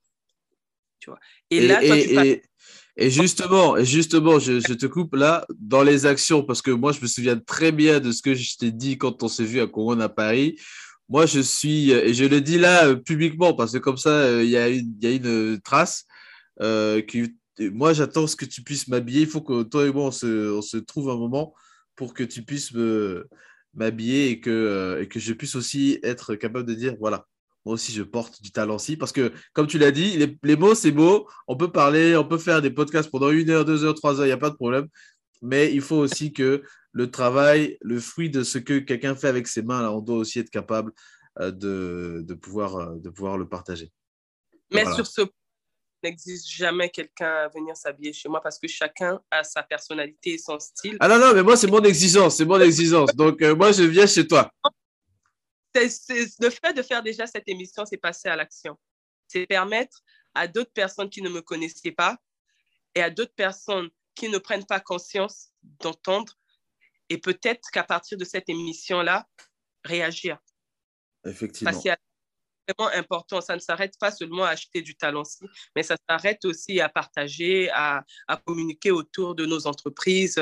Tu vois. Et Et, là, toi, tu et, passes. et, et justement, et justement je, je te coupe là dans les actions, parce que moi, je me souviens très bien de ce que je t'ai dit quand on s'est vu à Couronne à Paris. Moi, je suis, et je le dis là euh, publiquement, parce que comme ça, euh, il y a une, il y a une trace. Euh, qui, moi, j'attends ce que tu puisses m'habiller. Il faut que toi et moi, on se, on se trouve un moment pour que tu puisses me, m'habiller et que, euh, et que je puisse aussi être capable de dire, voilà, moi aussi, je porte du talent-ci. Parce que, comme tu l'as dit, les, les mots, c'est beau. On peut parler, on peut faire des podcasts pendant une heure, deux heures, trois heures, il n'y a pas de problème. Mais il faut aussi que le travail, le fruit de ce que quelqu'un fait avec ses mains, là, on doit aussi être capable euh, de, de, pouvoir, euh, de pouvoir le partager. Mais sur Voilà. ce n'existe jamais quelqu'un à venir s'habiller chez moi parce que chacun a sa personnalité et son style. Ah non, non, mais moi, c'est mon exigence, c'est mon exigence. Donc, euh, moi, je viens chez toi. C'est, c'est, le fait de faire déjà cette émission, c'est passer à l'action. C'est permettre à d'autres personnes qui ne me connaissaient pas et à d'autres personnes qui ne prennent pas conscience d'entendre et peut-être qu'à partir de cette émission-là, réagir. Effectivement. Passer à vraiment important. Ça ne s'arrête pas seulement à acheter du talent-ci, mais ça s'arrête aussi à partager, à, à communiquer autour de nos entreprises,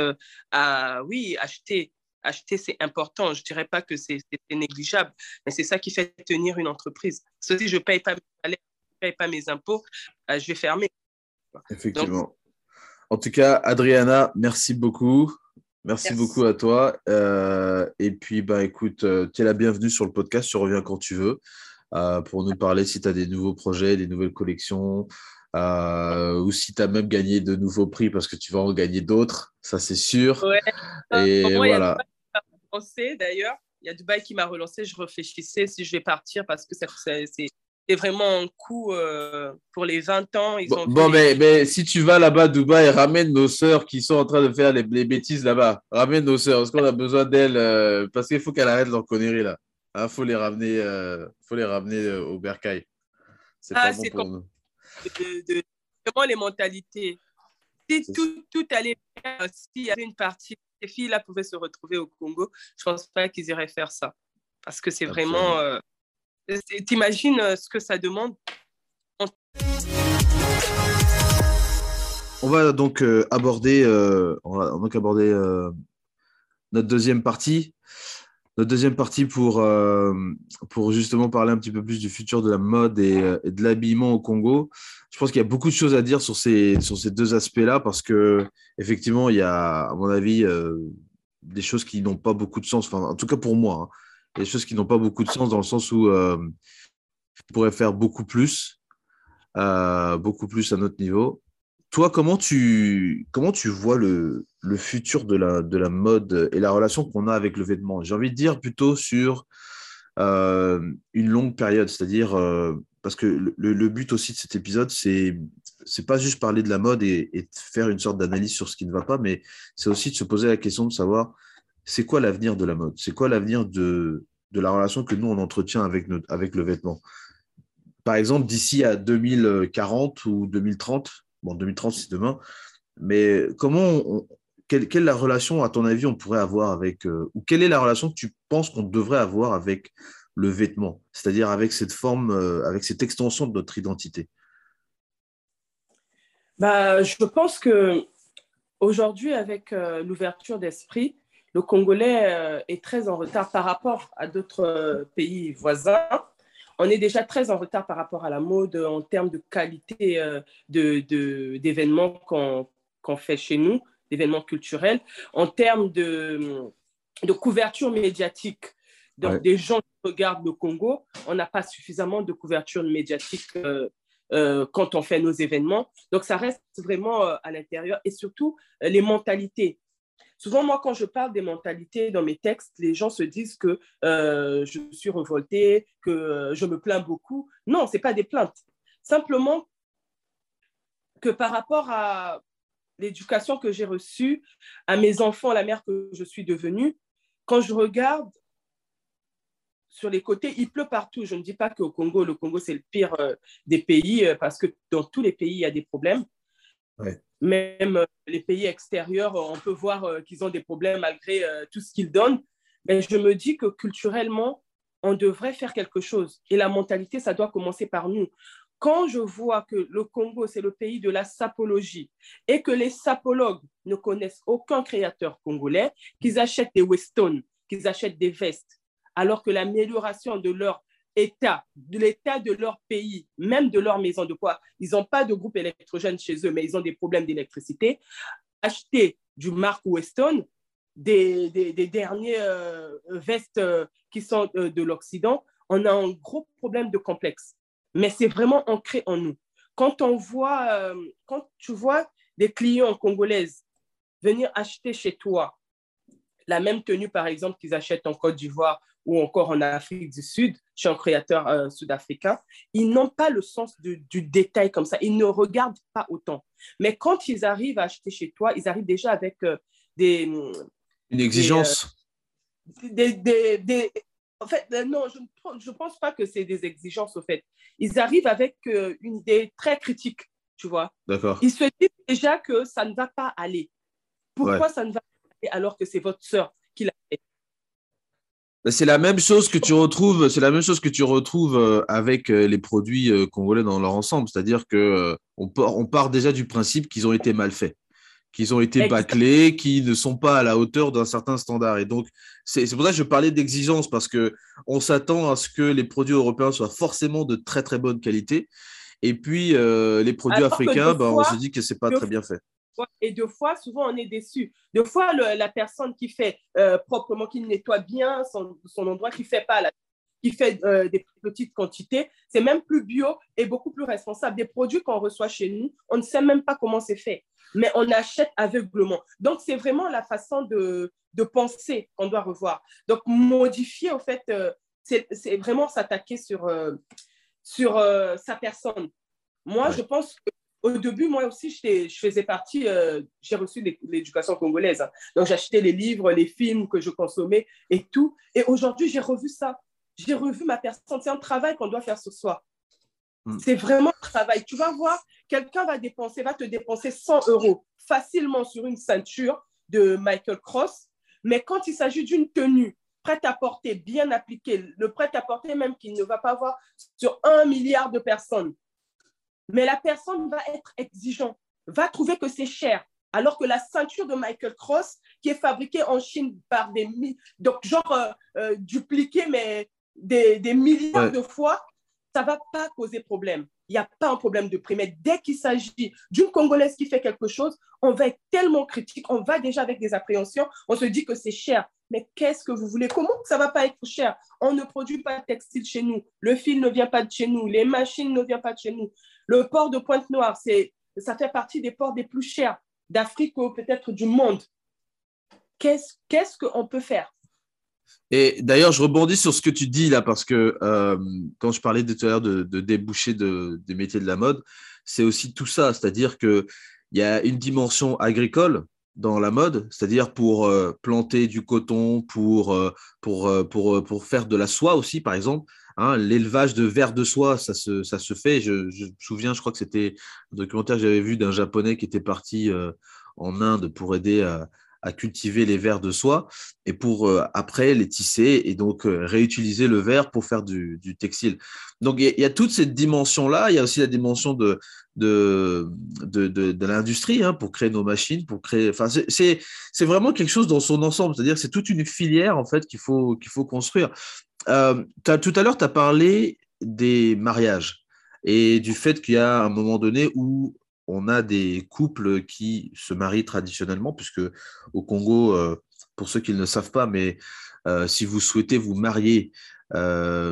à, oui, acheter. Acheter, c'est important. Je ne dirais pas que c'est, c'est négligeable, mais c'est ça qui fait tenir une entreprise. Si je ne paye pas mes salaires, je ne paye pas mes impôts, je vais fermer. Donc, Effectivement. En tout cas, Adriana, merci beaucoup. Merci merci. beaucoup à toi. Euh, et puis, bah, écoute, euh, tu es la bienvenue sur le podcast. Tu reviens quand tu veux euh, pour nous parler si tu as des nouveaux projets, des nouvelles collections euh, ou si tu as même gagné de nouveaux prix parce que tu vas en gagner d'autres. Ça, c'est sûr. Ouais. Et Bon, il y a voilà. Dubaï qui m'a relancé, d'ailleurs. Il y a Dubaï qui m'a relancé. Je réfléchissais si je vais partir parce que c'est, c'est, c'est vraiment un coup euh, pour les vingt ans. Ils Bon, ont vu bon, les. mais, mais si tu vas là-bas à Dubaï, ramène nos sœurs qui sont en train de faire les, les bêtises là-bas. Ramène nos sœurs, parce qu'on a besoin d'elles, euh, parce qu'il faut qu'elles arrêtent leur connerie là. Il hein, faut les ramener, euh, faut les ramener euh, au bercail. C'est pas Ah, bon c'est pour nous. de, de, vraiment les mentalités. Si C'est- tout, tout allait bien, s'il y avait une partie ces filles-là pouvaient se retrouver au Congo, je ne pense pas qu'ils iraient faire ça. Parce que c'est vraiment... Euh, t'imagines ce que ça demande? On va donc euh, aborder, euh, on va donc aborder euh, notre deuxième partie. Notre deuxième partie pour, euh, pour justement parler un petit peu plus du futur de la mode et, et de l'habillement au Congo. Je pense qu'il y a beaucoup de choses à dire sur ces, sur ces deux aspects-là parce qu'effectivement, il y a, à mon avis, euh, des choses qui n'ont pas beaucoup de sens. Enfin, en tout cas pour moi, hein, il y a des choses qui n'ont pas beaucoup de sens dans le sens où euh, on pourrait faire beaucoup plus, euh, beaucoup plus à notre niveau. Toi, comment tu, comment tu vois le, le futur de la, de la mode et la relation qu'on a avec le vêtement? J'ai envie de dire plutôt sur euh, une longue période, c'est-à-dire, euh, parce que le, le but aussi de cet épisode, c'est, c'est pas juste parler de la mode et, et faire une sorte d'analyse sur ce qui ne va pas, mais c'est aussi de se poser la question de savoir c'est quoi l'avenir de la mode? C'est quoi l'avenir de, de la relation que nous, on entretient avec, notre, avec le vêtement? Par exemple, d'ici à deux mille quarante ou deux mille trente, bon, deux mille trente, c'est demain, mais comment, on, quelle, quelle est la relation, à ton avis, on pourrait avoir avec, euh, ou quelle est la relation que tu penses qu'on devrait avoir avec le vêtement, c'est-à-dire avec cette forme, euh, avec cette extension de notre identité? Bah, je pense qu'aujourd'hui, avec euh, l'ouverture d'esprit, le Congolais euh, est très en retard par rapport à d'autres euh, pays voisins. On est déjà très en retard par rapport à la mode en termes de qualité euh, de, de, d'événements qu'on, qu'on fait chez nous, d'événements culturels, en termes de, de couverture médiatique. Donc, ouais. Des gens qui regardent le Congo, on n'a pas suffisamment de couverture médiatique euh, euh, quand on fait nos événements. Donc, ça reste vraiment euh, à l'intérieur et surtout euh, les mentalités. Souvent, moi, quand je parle des mentalités dans mes textes, les gens se disent que euh, je suis révoltée, que euh, je me plains beaucoup. Non, ce n'est pas des plaintes. Simplement que par rapport à l'éducation que j'ai reçue, à mes enfants, la mère que je suis devenue, quand je regarde sur les côtés, il pleut partout. Je ne dis pas qu'au Congo, le Congo, c'est le pire euh, des pays, euh, parce que dans tous les pays, il y a des problèmes. Ouais. Même euh, les pays extérieurs, on peut voir euh, qu'ils ont des problèmes malgré euh, tout ce qu'ils donnent. Mais je me dis que culturellement, on devrait faire quelque chose. Et la mentalité, ça doit commencer par nous. Quand je vois que le Congo, c'est le pays de la sapologie et que les sapologues ne connaissent aucun créateur congolais, qu'ils achètent des Weston, qu'ils achètent des vestes, alors que l'amélioration de leur état, de l'état de leur pays, même de leur maison de quoi, ils n'ont pas de groupe électrogène chez eux, mais ils ont des problèmes d'électricité, acheter du marque Weston, des, des, des derniers euh, vestes euh, qui sont euh, de l'Occident, on a un gros problème de complexe. Mais c'est vraiment ancré en nous. Quand on voit, euh, quand tu vois des clients congolaises venir acheter chez toi la même tenue, par exemple, qu'ils achètent en Côte d'Ivoire ou encore en Afrique du Sud, chez un créateur euh, sud-africain, ils n'ont pas le sens du, du détail comme ça. Ils ne regardent pas autant. Mais quand ils arrivent à acheter chez toi, ils arrivent déjà avec euh, des... Une exigence. Des, euh, des, des, des, en fait, non, je ne pense pas que c'est des exigences, au fait. Ils arrivent avec euh, une idée très critique, tu vois. D'accord. Ils se disent déjà que ça ne va pas aller. Pourquoi ouais. ça ne va pas aller alors que c'est votre sœur qui l'a fait? C'est la même chose que tu retrouves, c'est la même chose que tu retrouves avec les produits congolais dans leur ensemble. C'est-à-dire que on part, on part déjà du principe qu'ils ont été mal faits, qu'ils ont été bâclés, qu'ils ne sont pas à la hauteur d'un certain standard. Et donc, c'est, c'est pour ça que je parlais d'exigence, parce qu'on s'attend à ce que les produits européens soient forcément de très, très bonne qualité. Et puis, euh, les produits Alors africains, ben, fois, on se dit que ce n'est pas très bien fait. Et deux fois, souvent, on est déçu. Deux fois, le, la personne qui fait euh, proprement, qui nettoie bien son, son endroit, qui fait pas la, qui fait euh, des petites quantités, c'est même plus bio et beaucoup plus responsable. Des produits qu'on reçoit chez nous, on ne sait même pas comment c'est fait, mais on achète aveuglement. Donc, c'est vraiment la façon de, de penser qu'on doit revoir. Donc, modifier, au fait, euh, c'est, c'est vraiment s'attaquer sur, euh, sur euh, sa personne. Moi, ouais. je pense que au début, moi aussi, je faisais partie, euh, j'ai reçu l'éducation congolaise. Hein. Donc, j'achetais les livres, les films que je consommais et tout. Et aujourd'hui, j'ai revu ça. J'ai revu ma personne. C'est un travail qu'on doit faire ce soir. Mm. C'est vraiment un travail. Tu vas voir, quelqu'un va dépenser, va te dépenser cent euros facilement sur une ceinture de Michael Kors. Mais quand il s'agit d'une tenue prêt-à-porter bien appliquée, le prêt-à-porter même qui ne va pas avoir sur un milliard de personnes, mais la personne va être exigeante, va trouver que c'est cher, alors que la ceinture de Michael Kors, qui est fabriquée en Chine par des... Donc, genre euh, euh, dupliquée, mais des, des milliards ouais. de fois, ça ne va pas causer problème. Il n'y a pas un problème de prix. Mais dès qu'il s'agit d'une Congolaise qui fait quelque chose, on va être tellement critique, on va déjà avec des appréhensions, on se dit que c'est cher. Mais qu'est-ce que vous voulez? Comment ça ne va pas être cher? On ne produit pas de textile chez nous. Le fil ne vient pas de chez nous. Les machines ne viennent pas de chez nous. Le port de Pointe-Noire, c'est, ça fait partie des ports des plus chers d'Afrique ou peut-être du monde. Qu'est-ce, qu'est-ce qu'on peut faire? Et d'ailleurs, je rebondis sur ce que tu dis là, parce que euh, quand je parlais tout à l'heure de, de déboucher de, des métiers de la mode, c'est aussi tout ça. C'est-à-dire qu'il y a une dimension agricole dans la mode, c'est-à-dire pour euh, planter du coton, pour, euh, pour, euh, pour, pour faire de la soie aussi, par exemple. Hein, l'élevage de vers de soie, ça se, ça se fait. Je, je me souviens, je crois que c'était un documentaire que j'avais vu d'un Japonais qui était parti euh, en Inde pour aider à, à cultiver les vers de soie et pour euh, après les tisser et donc euh, réutiliser le verre pour faire du, du textile. Donc, il y, y a toute cette dimension-là. Il y a aussi la dimension de, de, de, de, de l'industrie hein, pour créer nos machines, pour créer. Enfin, c'est, c'est, c'est vraiment quelque chose dans son ensemble. C'est-à-dire que c'est toute une filière en fait qu'il faut, qu'il faut construire. Euh, tout à l'heure, tu as parlé des mariages et du fait qu'il y a un moment donné où on a des couples qui se marient traditionnellement, puisque au Congo, euh, pour ceux qui ne le savent pas, mais euh, si vous souhaitez vous marier euh,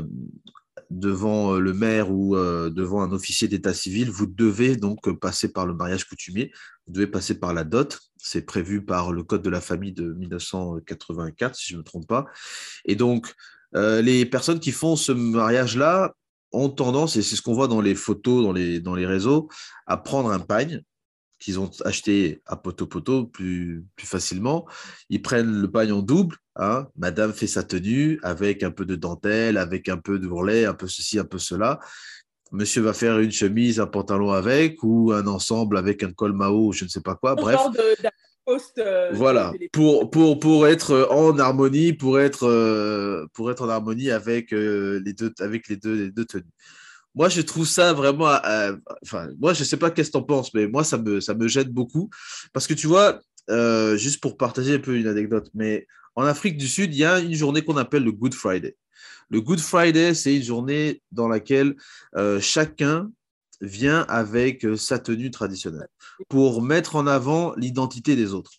devant le maire ou euh, devant un officier d'état civil, vous devez donc passer par le mariage coutumier, vous devez passer par la dot, c'est prévu par le Code de la famille de mille neuf cent quatre-vingt-quatre, si je ne me trompe pas. Et donc, euh, les personnes qui font ce mariage-là ont tendance, et c'est ce qu'on voit dans les photos, dans les, dans les réseaux, à prendre un pagne qu'ils ont acheté à poto-poto plus, plus facilement. Ils prennent le pagne en double. Hein. Madame fait sa tenue avec un peu de dentelle, avec un peu de bourrelet, un peu ceci, un peu cela. Monsieur va faire une chemise, un pantalon avec, ou un ensemble avec un col Mao, je ne sais pas quoi. Bref. Genre de, de post, euh, voilà, de... pour, pour, pour être en harmonie, pour être, euh, pour être en harmonie avec, euh, les, deux, avec les, deux, les deux tenues. Moi, je trouve ça vraiment… Euh, enfin, moi, je ne sais pas qu'est-ce que tu en penses, mais moi, ça me, ça me gêne beaucoup. Parce que tu vois, euh, juste pour partager un peu une anecdote, mais en Afrique du Sud, il y a une journée qu'on appelle le Good Friday. Le Good Friday, c'est une journée dans laquelle euh, chacun vient avec sa tenue traditionnelle pour mettre en avant l'identité des autres.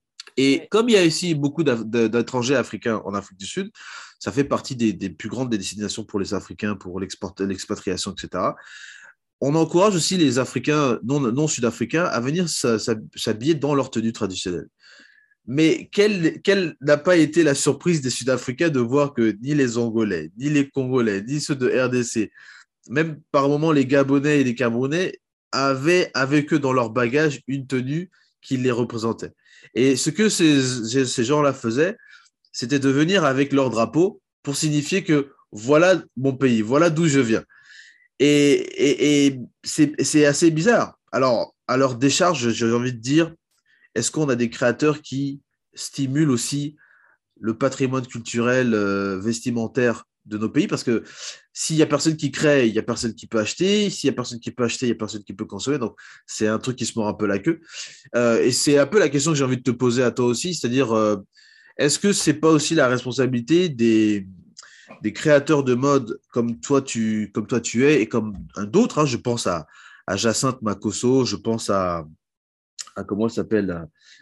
Et comme il y a ici beaucoup d'étrangers africains en Afrique du Sud, ça fait partie des, des plus grandes des destinations pour les Africains, pour l'expatriation, et cetera. On encourage aussi les Africains non, non sud-africains à venir s'habiller dans leur tenue traditionnelle. Mais quelle, quelle n'a pas été la surprise des Sud-Africains de voir que ni les Angolais, ni les Congolais, ni ceux de R D C, même par moments les Gabonais et les Camerounais, avaient avec eux dans leur bagage une tenue qui les représentait. Et ce que ces, ces gens-là faisaient, c'était de venir avec leur drapeau pour signifier que voilà mon pays, voilà d'où je viens. Et, et, et c'est, c'est assez bizarre. Alors, à leur décharge, j'ai envie de dire, est-ce qu'on a des créateurs qui stimulent aussi le patrimoine culturel euh, vestimentaire de nos pays? Parce que s'il n'y a personne qui crée, il n'y a personne qui peut acheter. S'il n'y a personne qui peut acheter, il n'y a personne qui peut consommer. Donc, c'est un truc qui se mord un peu la queue. Euh, et c'est un peu la question que j'ai envie de te poser à toi aussi, c'est-à-dire, euh, est-ce que ce n'est pas aussi la responsabilité des, des créateurs de mode comme toi, tu, comme toi tu es et comme d'autres, hein, je pense à, à Jacinthe Makosso, je pense à, à comment elle s'appelle,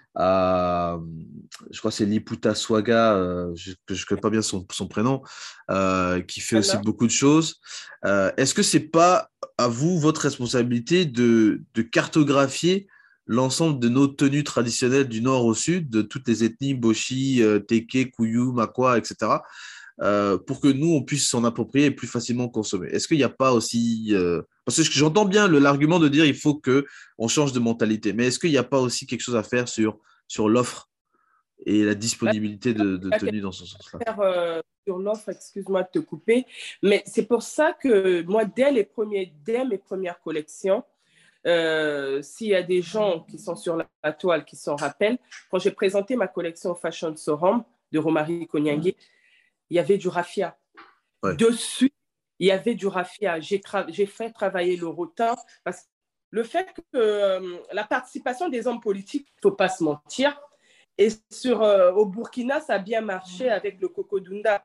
à, je crois que c'est Liputa Swaga, euh, je ne connais pas bien son, son prénom, euh, qui fait aussi beaucoup de choses. Euh, est-ce que ce n'est pas à vous, votre responsabilité de, de cartographier l'ensemble de nos tenues traditionnelles du nord au sud, de toutes les ethnies, Boshi, euh, Teke, Kuyu, Makwa, et cetera, euh, pour que nous, on puisse s'en approprier et plus facilement consommer? Est-ce qu'il n'y a pas aussi… Euh, parce que j'entends bien le, l'argument de dire qu'il faut qu'on change de mentalité, mais est-ce qu'il n'y a pas aussi quelque chose à faire sur, sur l'offre et la disponibilité de, de tenues dans ce sens-là? Euh, sur l'offre, excuse-moi de te couper, mais c'est pour ça que moi, dès, les premiers, dès mes premières collections, Euh, s'il y a des gens qui sont sur la, la toile qui s'en rappellent, quand j'ai présenté ma collection Fashion Sorum de Romary Konyangue, il y avait du raffia. Ouais. Dessus, il y avait du raffia. J'ai, tra- j'ai fait travailler le rotin parce que le fait que euh, la participation des hommes politiques, il ne faut pas se mentir, et sur, euh, au Burkina, ça a bien marché avec le Coco Dunda.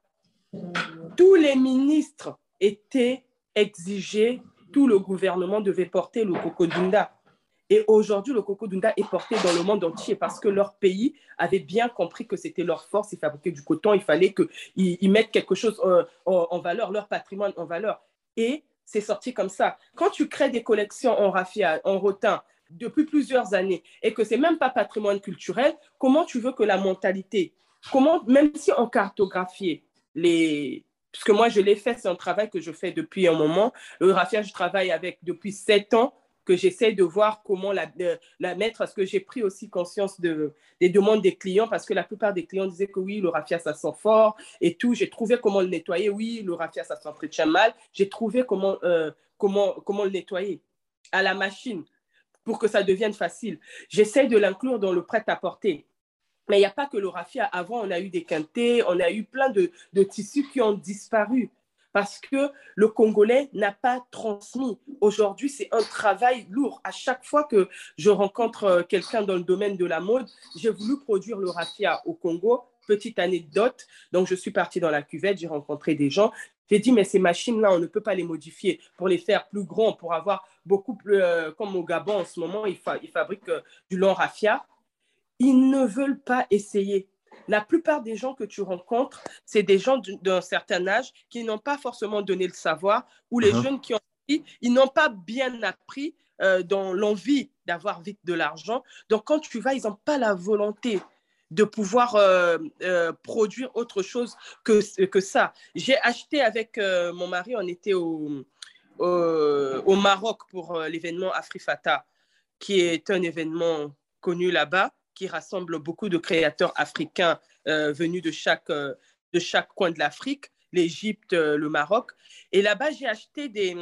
Tous les ministres étaient exigés, tout le gouvernement devait porter le Coco Dunda. Et aujourd'hui, le Coco Dunda est porté dans le monde entier parce que leur pays avait bien compris que c'était leur force. Ils fabriquaient du coton, il fallait qu'ils ils mettent quelque chose en, en, en valeur, leur patrimoine en valeur. Et c'est sorti comme ça. Quand tu crées des collections en raffia, en rotin, depuis plusieurs années, et que ce n'est même pas patrimoine culturel, comment tu veux que la mentalité, comment, même si on cartographiait les... Parce que moi, je l'ai fait, c'est un travail que je fais depuis un moment. Le raffia, je travaille avec depuis sept ans, que j'essaie de voir comment la, de, la mettre, parce que j'ai pris aussi conscience de, des demandes des clients, parce que la plupart des clients disaient que oui, le raffia, ça sent fort et tout. J'ai trouvé comment le nettoyer. Oui, le raffia, ça s'entretient mal. J'ai trouvé comment, euh, comment, comment le nettoyer à la machine pour que ça devienne facile. J'essaie de l'inclure dans le prêt-à-porter. Mais il n'y a pas que le raffia. Avant, on a eu des quintés, on a eu plein de, de tissus qui ont disparu parce que le Congolais n'a pas transmis. Aujourd'hui, c'est un travail lourd. À chaque fois que je rencontre quelqu'un dans le domaine de la mode, j'ai voulu produire le raffia au Congo. Petite anecdote, donc je suis partie dans la cuvette, j'ai rencontré des gens. J'ai dit, mais ces machines-là, on ne peut pas les modifier pour les faire plus grands, pour avoir beaucoup plus, euh, comme au Gabon en ce moment, ils, fa- ils fabriquent euh, du long raffia. Ils ne veulent pas essayer. La plupart des gens que tu rencontres, c'est des gens d'un certain âge qui n'ont pas forcément donné le savoir, ou les uh-huh. jeunes qui ont appris, ils n'ont pas bien appris euh, dans l'envie d'avoir vite de l'argent. Donc, quand tu vas, ils n'ont pas la volonté de pouvoir euh, euh, produire autre chose que, que ça. J'ai acheté avec euh, mon mari, on était au, au, au Maroc pour euh, l'événement Afrifata, qui est un événement connu là-bas, qui rassemble beaucoup de créateurs africains euh, venus de chaque, euh, de chaque coin de l'Afrique, l'Égypte, euh, le Maroc. Et là-bas, j'ai acheté des,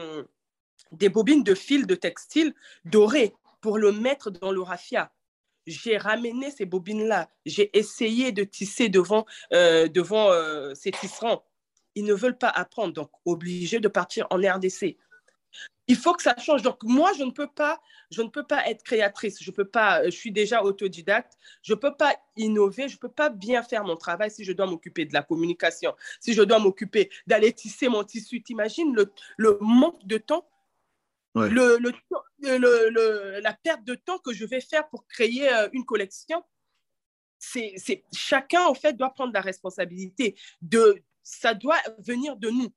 des bobines de fil de textile dorées pour le mettre dans le raffia. J'ai ramené ces bobines-là. J'ai essayé de tisser devant, euh, devant euh, ces tisserands. Ils ne veulent pas apprendre, donc obligés de partir en R D C. Il faut que ça change. Donc, moi, je ne peux pas, je ne peux pas être créatrice. Je peux pas, je suis déjà autodidacte. Je ne peux pas innover. Je ne peux pas bien faire mon travail si je dois m'occuper de la communication, si je dois m'occuper d'aller tisser mon tissu. T'imagines le, le manque de temps, ouais. le, le, le, le, la perte de temps que je vais faire pour créer une collection. C'est, c'est, chacun, en fait, doit prendre la responsabilité. De, ça doit venir de nous.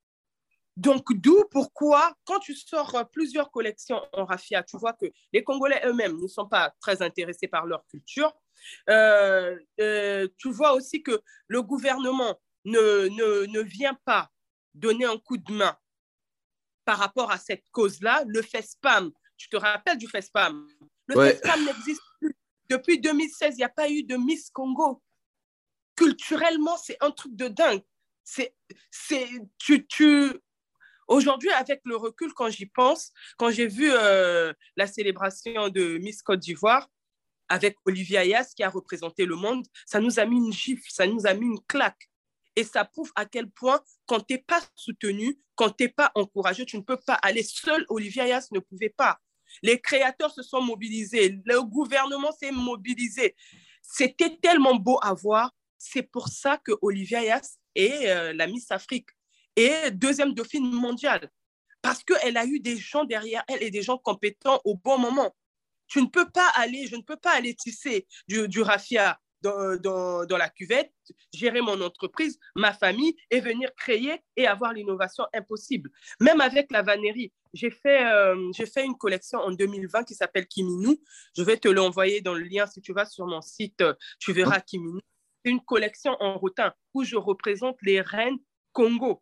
Donc, d'où pourquoi, quand tu sors plusieurs collections en raffia, tu vois que les Congolais eux-mêmes ne sont pas très intéressés par leur culture. Euh, euh, tu vois aussi que le gouvernement ne, ne, ne vient pas donner un coup de main par rapport à cette cause-là. Le FESPAM, tu te rappelles du FESPAM? Le ouais. FESPAM n'existe plus. Depuis deux mille seize, il n'y a pas eu de Miss Congo. Culturellement, c'est un truc de dingue. C'est, c'est, tu... tu Aujourd'hui, avec le recul, quand j'y pense, quand j'ai vu euh, la célébration de Miss Côte d'Ivoire avec Olivia Ayas qui a représenté le monde, ça nous a mis une gifle, ça nous a mis une claque. Et ça prouve à quel point, quand tu n'es pas soutenu, quand tu n'es pas encouragé, tu ne peux pas aller seul. Olivia Ayas ne pouvait pas. Les créateurs se sont mobilisés, le gouvernement s'est mobilisé. C'était tellement beau à voir. C'est pour ça que Olivia Ayas est euh, la Miss Afrique. Et deuxième dauphine mondiale, parce qu'elle a eu des gens derrière elle et des gens compétents au bon moment. Tu ne peux pas aller, je ne peux pas aller tisser du, du raffia dans, dans, dans la cuvette, gérer mon entreprise, ma famille et venir créer et avoir l'innovation impossible. Même avec la vannerie, j'ai fait, euh, j'ai fait une collection en deux mille vingt qui s'appelle Kiminou. Je vais te l'envoyer dans le lien si tu vas sur mon site, tu verras Kiminou. C'est une collection en rotin où je représente les reines Congo.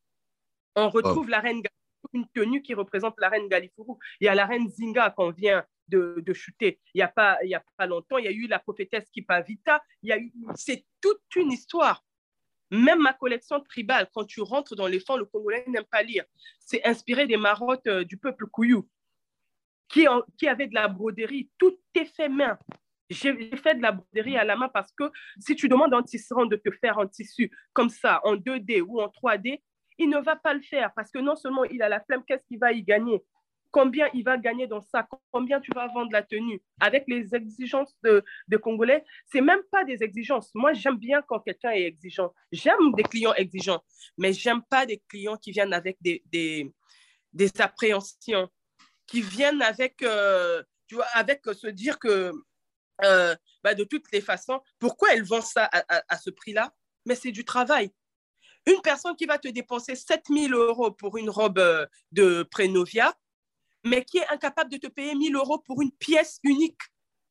On retrouve oh. la reine Galifuru, une tenue qui représente la reine Galifuru. Il y a la reine Zinga qu'on vient de, de shooter. Il n'y a pas, il y a pas longtemps, il y a eu la prophétesse Kipavita. Il y a eu, c'est toute une histoire. Même ma collection tribale, quand tu rentres dans les fonds, le Congolais n'aime pas lire. C'est inspiré des marottes euh, du peuple Kouyou. qui, en, qui avait de la broderie. Tout est fait main. J'ai fait de la broderie à la main parce que si tu demandes à un tisserand de te faire un tissu comme ça, en deux D ou en trois D, il ne va pas le faire parce que non seulement il a la flemme, qu'est-ce qu'il va y gagner? Combien il va gagner dans ça? Combien tu vas vendre la tenue? Avec les exigences de, de Congolais, c'est même pas des exigences. Moi, j'aime bien quand quelqu'un est exigeant. J'aime des clients exigeants, mais j'aime pas des clients qui viennent avec des, des, des appréhensions, qui viennent avec, euh, tu vois, avec se dire que Euh, bah de toutes les façons, pourquoi elle vend ça à, à, à ce prix-là? Mais c'est du travail. Une personne qui va te dépenser sept mille euros pour une robe de Prénovia, mais qui est incapable de te payer mille euros pour une pièce unique.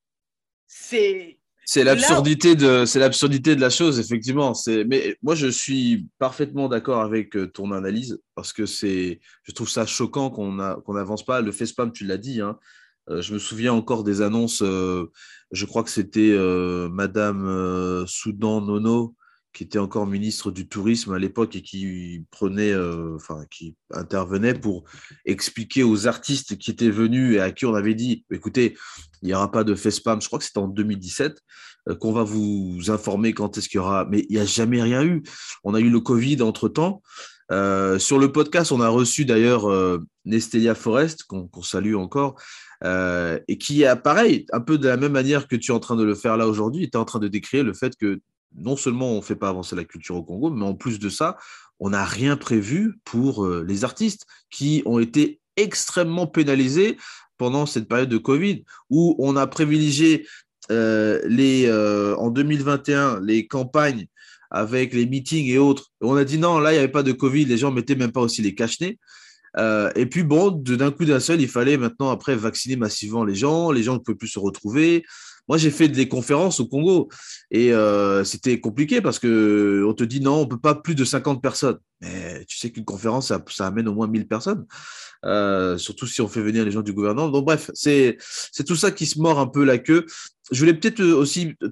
C'est... C'est l'absurdité de, c'est l'absurdité de la chose, effectivement. C'est, mais moi, je suis parfaitement d'accord avec ton analyse parce que c'est, je trouve ça choquant qu'on a, qu'on n'avance pas. Le FacePam, tu l'as dit, hein. Euh, je me souviens encore des annonces. Euh, je crois que c'était euh, Madame euh, Soudan Nono qui était encore ministre du Tourisme à l'époque et qui prenait, euh, enfin, qui intervenait pour expliquer aux artistes qui étaient venus et à qui on avait dit, écoutez, il n'y aura pas de FacePam. Je crois que c'était en deux mille dix-sept euh, qu'on va vous informer quand est-ce qu'il y aura. Mais il n'y a jamais rien eu. On a eu le Covid entre-temps. Euh, sur le podcast, on a reçu d'ailleurs euh, Nestelia Forest, qu'on, qu'on salue encore, euh, et qui a, pareil, un peu de la même manière que tu es en train de le faire là aujourd'hui, était en train de décrire le fait que non seulement on ne fait pas avancer la culture au Congo, mais en plus de ça, on n'a rien prévu pour euh, les artistes qui ont été extrêmement pénalisés pendant cette période de Covid, où on a privilégié euh, les, euh, en deux mille vingt et un les campagnes avec les meetings et autres. On a dit non, là, il n'y avait pas de Covid, les gens ne mettaient même pas aussi les cache-nez. Euh, et puis bon, d'un coup d'un seul, il fallait maintenant après vacciner massivement les gens, les gens ne pouvaient plus se retrouver. Moi, j'ai fait des conférences au Congo et euh, c'était compliqué parce que on te dit non, on peut pas plus de cinquante personnes. Mais tu sais qu'une conférence, ça, ça amène au moins mille personnes, euh, surtout si on fait venir les gens du gouvernement. Donc bref, c'est c'est tout ça qui se mord un peu la queue. Je voulais peut-être aussi te,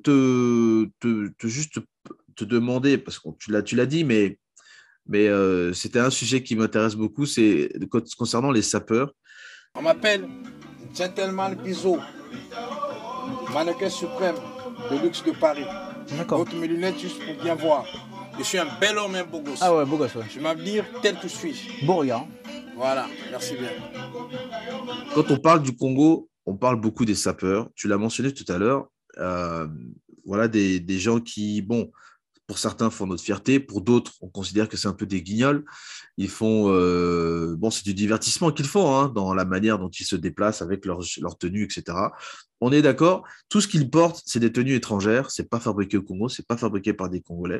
te, te juste te demander, parce que tu l'as, tu l'as dit, mais mais euh, c'était un sujet qui m'intéresse beaucoup, c'est concernant les sapeurs. On m'appelle Gentleman Bizot, mannequin suprême de luxe de Paris. D'accord. Ôte mes lunettes juste pour bien voir. Je suis un bel homme, un beau gosse. Ah ouais, beau gosse, ouais. Je vais m'avenir tel que je suis. Beau regard. Voilà, merci bien. Quand on parle du Congo, on parle beaucoup des sapeurs. Tu l'as mentionné tout à l'heure. Euh, voilà, des, des gens qui, bon, pour certains font notre fierté, pour d'autres, on considère que c'est un peu des guignols. Ils font, euh, bon, c'est du divertissement qu'ils font, hein, dans la manière dont ils se déplacent avec leur, leur tenue, et cetera. On est d'accord, tout ce qu'ils portent, c'est des tenues étrangères, c'est pas fabriqué au Congo, c'est pas fabriqué par des Congolais.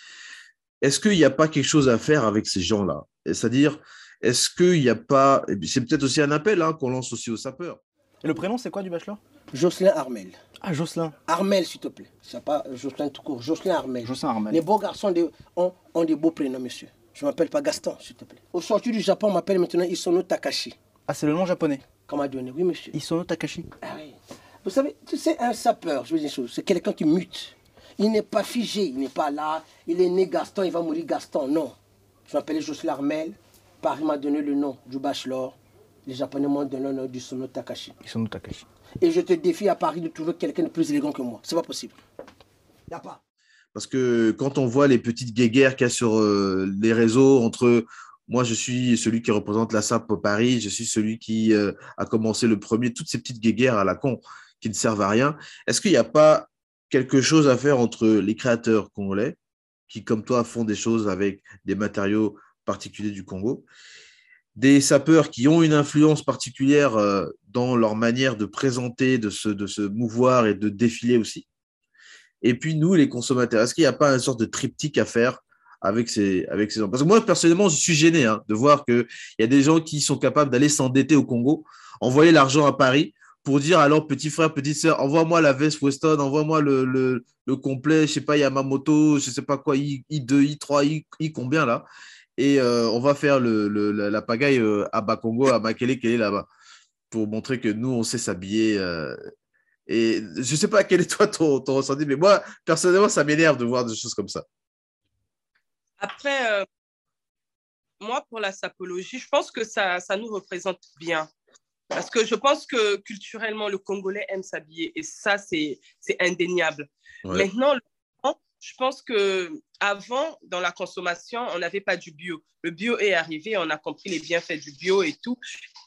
Est-ce qu'il n'y a pas quelque chose à faire avec ces gens-là? C'est-à-dire, est-ce qu'il n'y a pas, c'est peut-être aussi un appel hein, qu'on lance aussi aux sapeurs. Et le prénom, c'est quoi du bachelor? Jocelyn Armel. Ah, Jocelyn. Armel, s'il te plaît. C'est pas Jocelyn tout court. Jocelyn Armel. Jocelyn Armel. Les beaux garçons de, ont, ont des beaux prénoms, monsieur. Je ne m'appelle pas Gaston, s'il te plaît. Au sortir du Japon, on m'appelle maintenant Isono Takashi. Ah, c'est le nom japonais. Comment donner? Oui, monsieur. Isono Takashi. Ah oui. Vous savez, tu sais, un sapeur, je veux dire une chose, c'est quelqu'un qui mute. Il n'est pas figé, il n'est pas là. Il est né Gaston, il va mourir Gaston. Non. Je m'appelais Jocelyn Armel. Paris m'a donné le nom du bachelor. Les Japonais m'ont donné le nom du Isono Takashi. Isono Takashi. Et je te défie à Paris de trouver quelqu'un de plus élégant que moi. C'est pas possible. Y a pas. Parce que quand on voit les petites guéguerres qu'il y a sur euh, les réseaux entre moi, je suis celui qui représente la S A P Paris, je suis celui qui euh, a commencé le premier, toutes ces petites guéguerres à la con qui ne servent à rien. Est-ce qu'il n'y a pas quelque chose à faire entre les créateurs congolais qui, comme toi, font des choses avec des matériaux particuliers du Congo, des sapeurs qui ont une influence particulière euh, dans leur manière de présenter, de se, de se mouvoir et de défiler aussi. Et puis nous, les consommateurs, est-ce qu'il n'y a pas une sorte de triptyque à faire avec ces, avec ces gens? Parce que moi, personnellement, je suis gêné hein, de voir qu'il y a des gens qui sont capables d'aller s'endetter au Congo, envoyer l'argent à Paris pour dire alors, petit frère, petite sœur, envoie-moi la veste Weston, envoie-moi le, le, le complet, je ne sais pas, Yamamoto, je ne sais pas quoi, I, I2, I trois, I, I combien là. Et euh, on va faire le, le, la, la pagaille euh, à Bakongo, à Makele, qui est là-bas, pour montrer que nous, on sait s'habiller. Euh, et je ne sais pas quel est toi ton, ton ressenti, mais moi, personnellement, ça m'énerve de voir des choses comme ça. Après, euh, moi, pour la sapologie, je pense que ça, ça nous représente bien. Parce que je pense que culturellement, le Congolais aime s'habiller et ça, c'est, c'est indéniable. Ouais. Maintenant, je pense qu'avant, dans la consommation, on n'avait pas du bio. Le bio est arrivé, on a compris les bienfaits du bio et tout.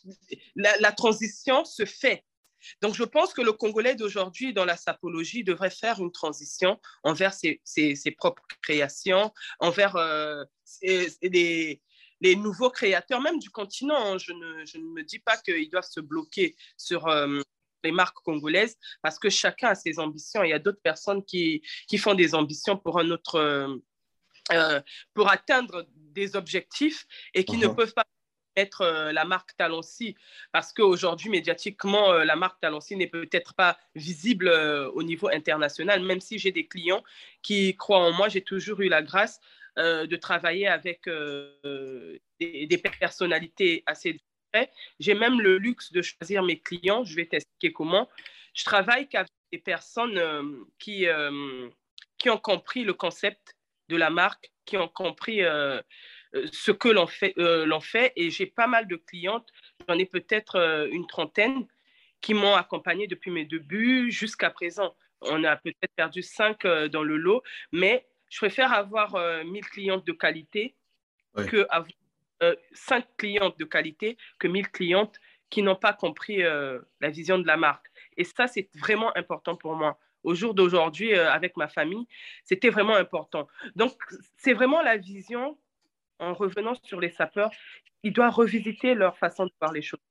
La, la transition se fait. Donc, je pense que le Congolais d'aujourd'hui, dans la sapologie, devrait faire une transition envers ses, ses, ses propres créations, envers euh, ses, les, les nouveaux créateurs, même du continent. Je ne, je ne me dis pas qu'ils doivent se bloquer sur euh, les marques congolaises parce que chacun a ses ambitions. Il y a d'autres personnes qui, qui font des ambitions pour un autre, euh, euh, pour atteindre des objectifs et qui uh-huh. ne peuvent pas être euh, la marque Talonci parce qu'aujourd'hui, médiatiquement, euh, la marque Talonci n'est peut-être pas visible euh, au niveau international, même si j'ai des clients qui croient en moi. J'ai toujours eu la grâce euh, de travailler avec euh, des, des personnalités assez discrètes. J'ai même le luxe de choisir mes clients. Je vais t'expliquer comment. Je travaille qu'avec des personnes euh, qui, euh, qui ont compris le concept de la marque, qui ont compris euh, ce que l'on fait, euh, l'on fait. Et j'ai pas mal de clientes, j'en ai peut-être euh, une trentaine, qui m'ont accompagnée depuis mes débuts jusqu'à présent. On a peut-être perdu cinq euh, dans le lot, mais je préfère avoir euh, mille clientes de qualité ouais. que avoir euh, cinq clientes de qualité que mille clientes qui n'ont pas compris euh, la vision de la marque. Et ça, c'est vraiment important pour moi. Au jour d'aujourd'hui, euh, avec ma famille, c'était vraiment important. Donc, c'est vraiment la vision. En revenant sur les sapeurs, ils doivent revisiter leur façon de voir les choses.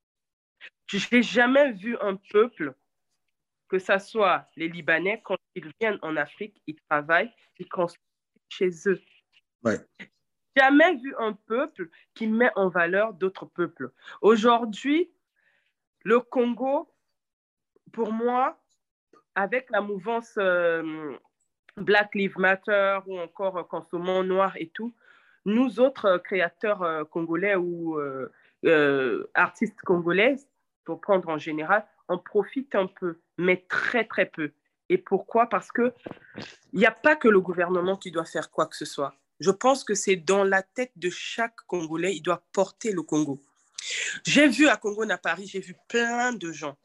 Je n'ai jamais vu un peuple, que ce soit les Libanais, quand ils viennent en Afrique, ils travaillent, ils construisent chez eux. Ouais. Jamais vu un peuple qui met en valeur d'autres peuples. Aujourd'hui, le Congo, pour moi, avec la mouvance euh, Black Lives Matter ou encore euh, Consommons Noir et tout, nous autres euh, créateurs euh, congolais ou euh, euh, artistes congolais, pour prendre en général, on profite un peu, mais très très peu. Et pourquoi? Parce qu'il n'y a pas que le gouvernement qui doit faire quoi que ce soit. Je pense que c'est dans la tête de chaque Congolais, il doit porter le Congo. J'ai vu à Congo-na-Paris, j'ai vu plein de gens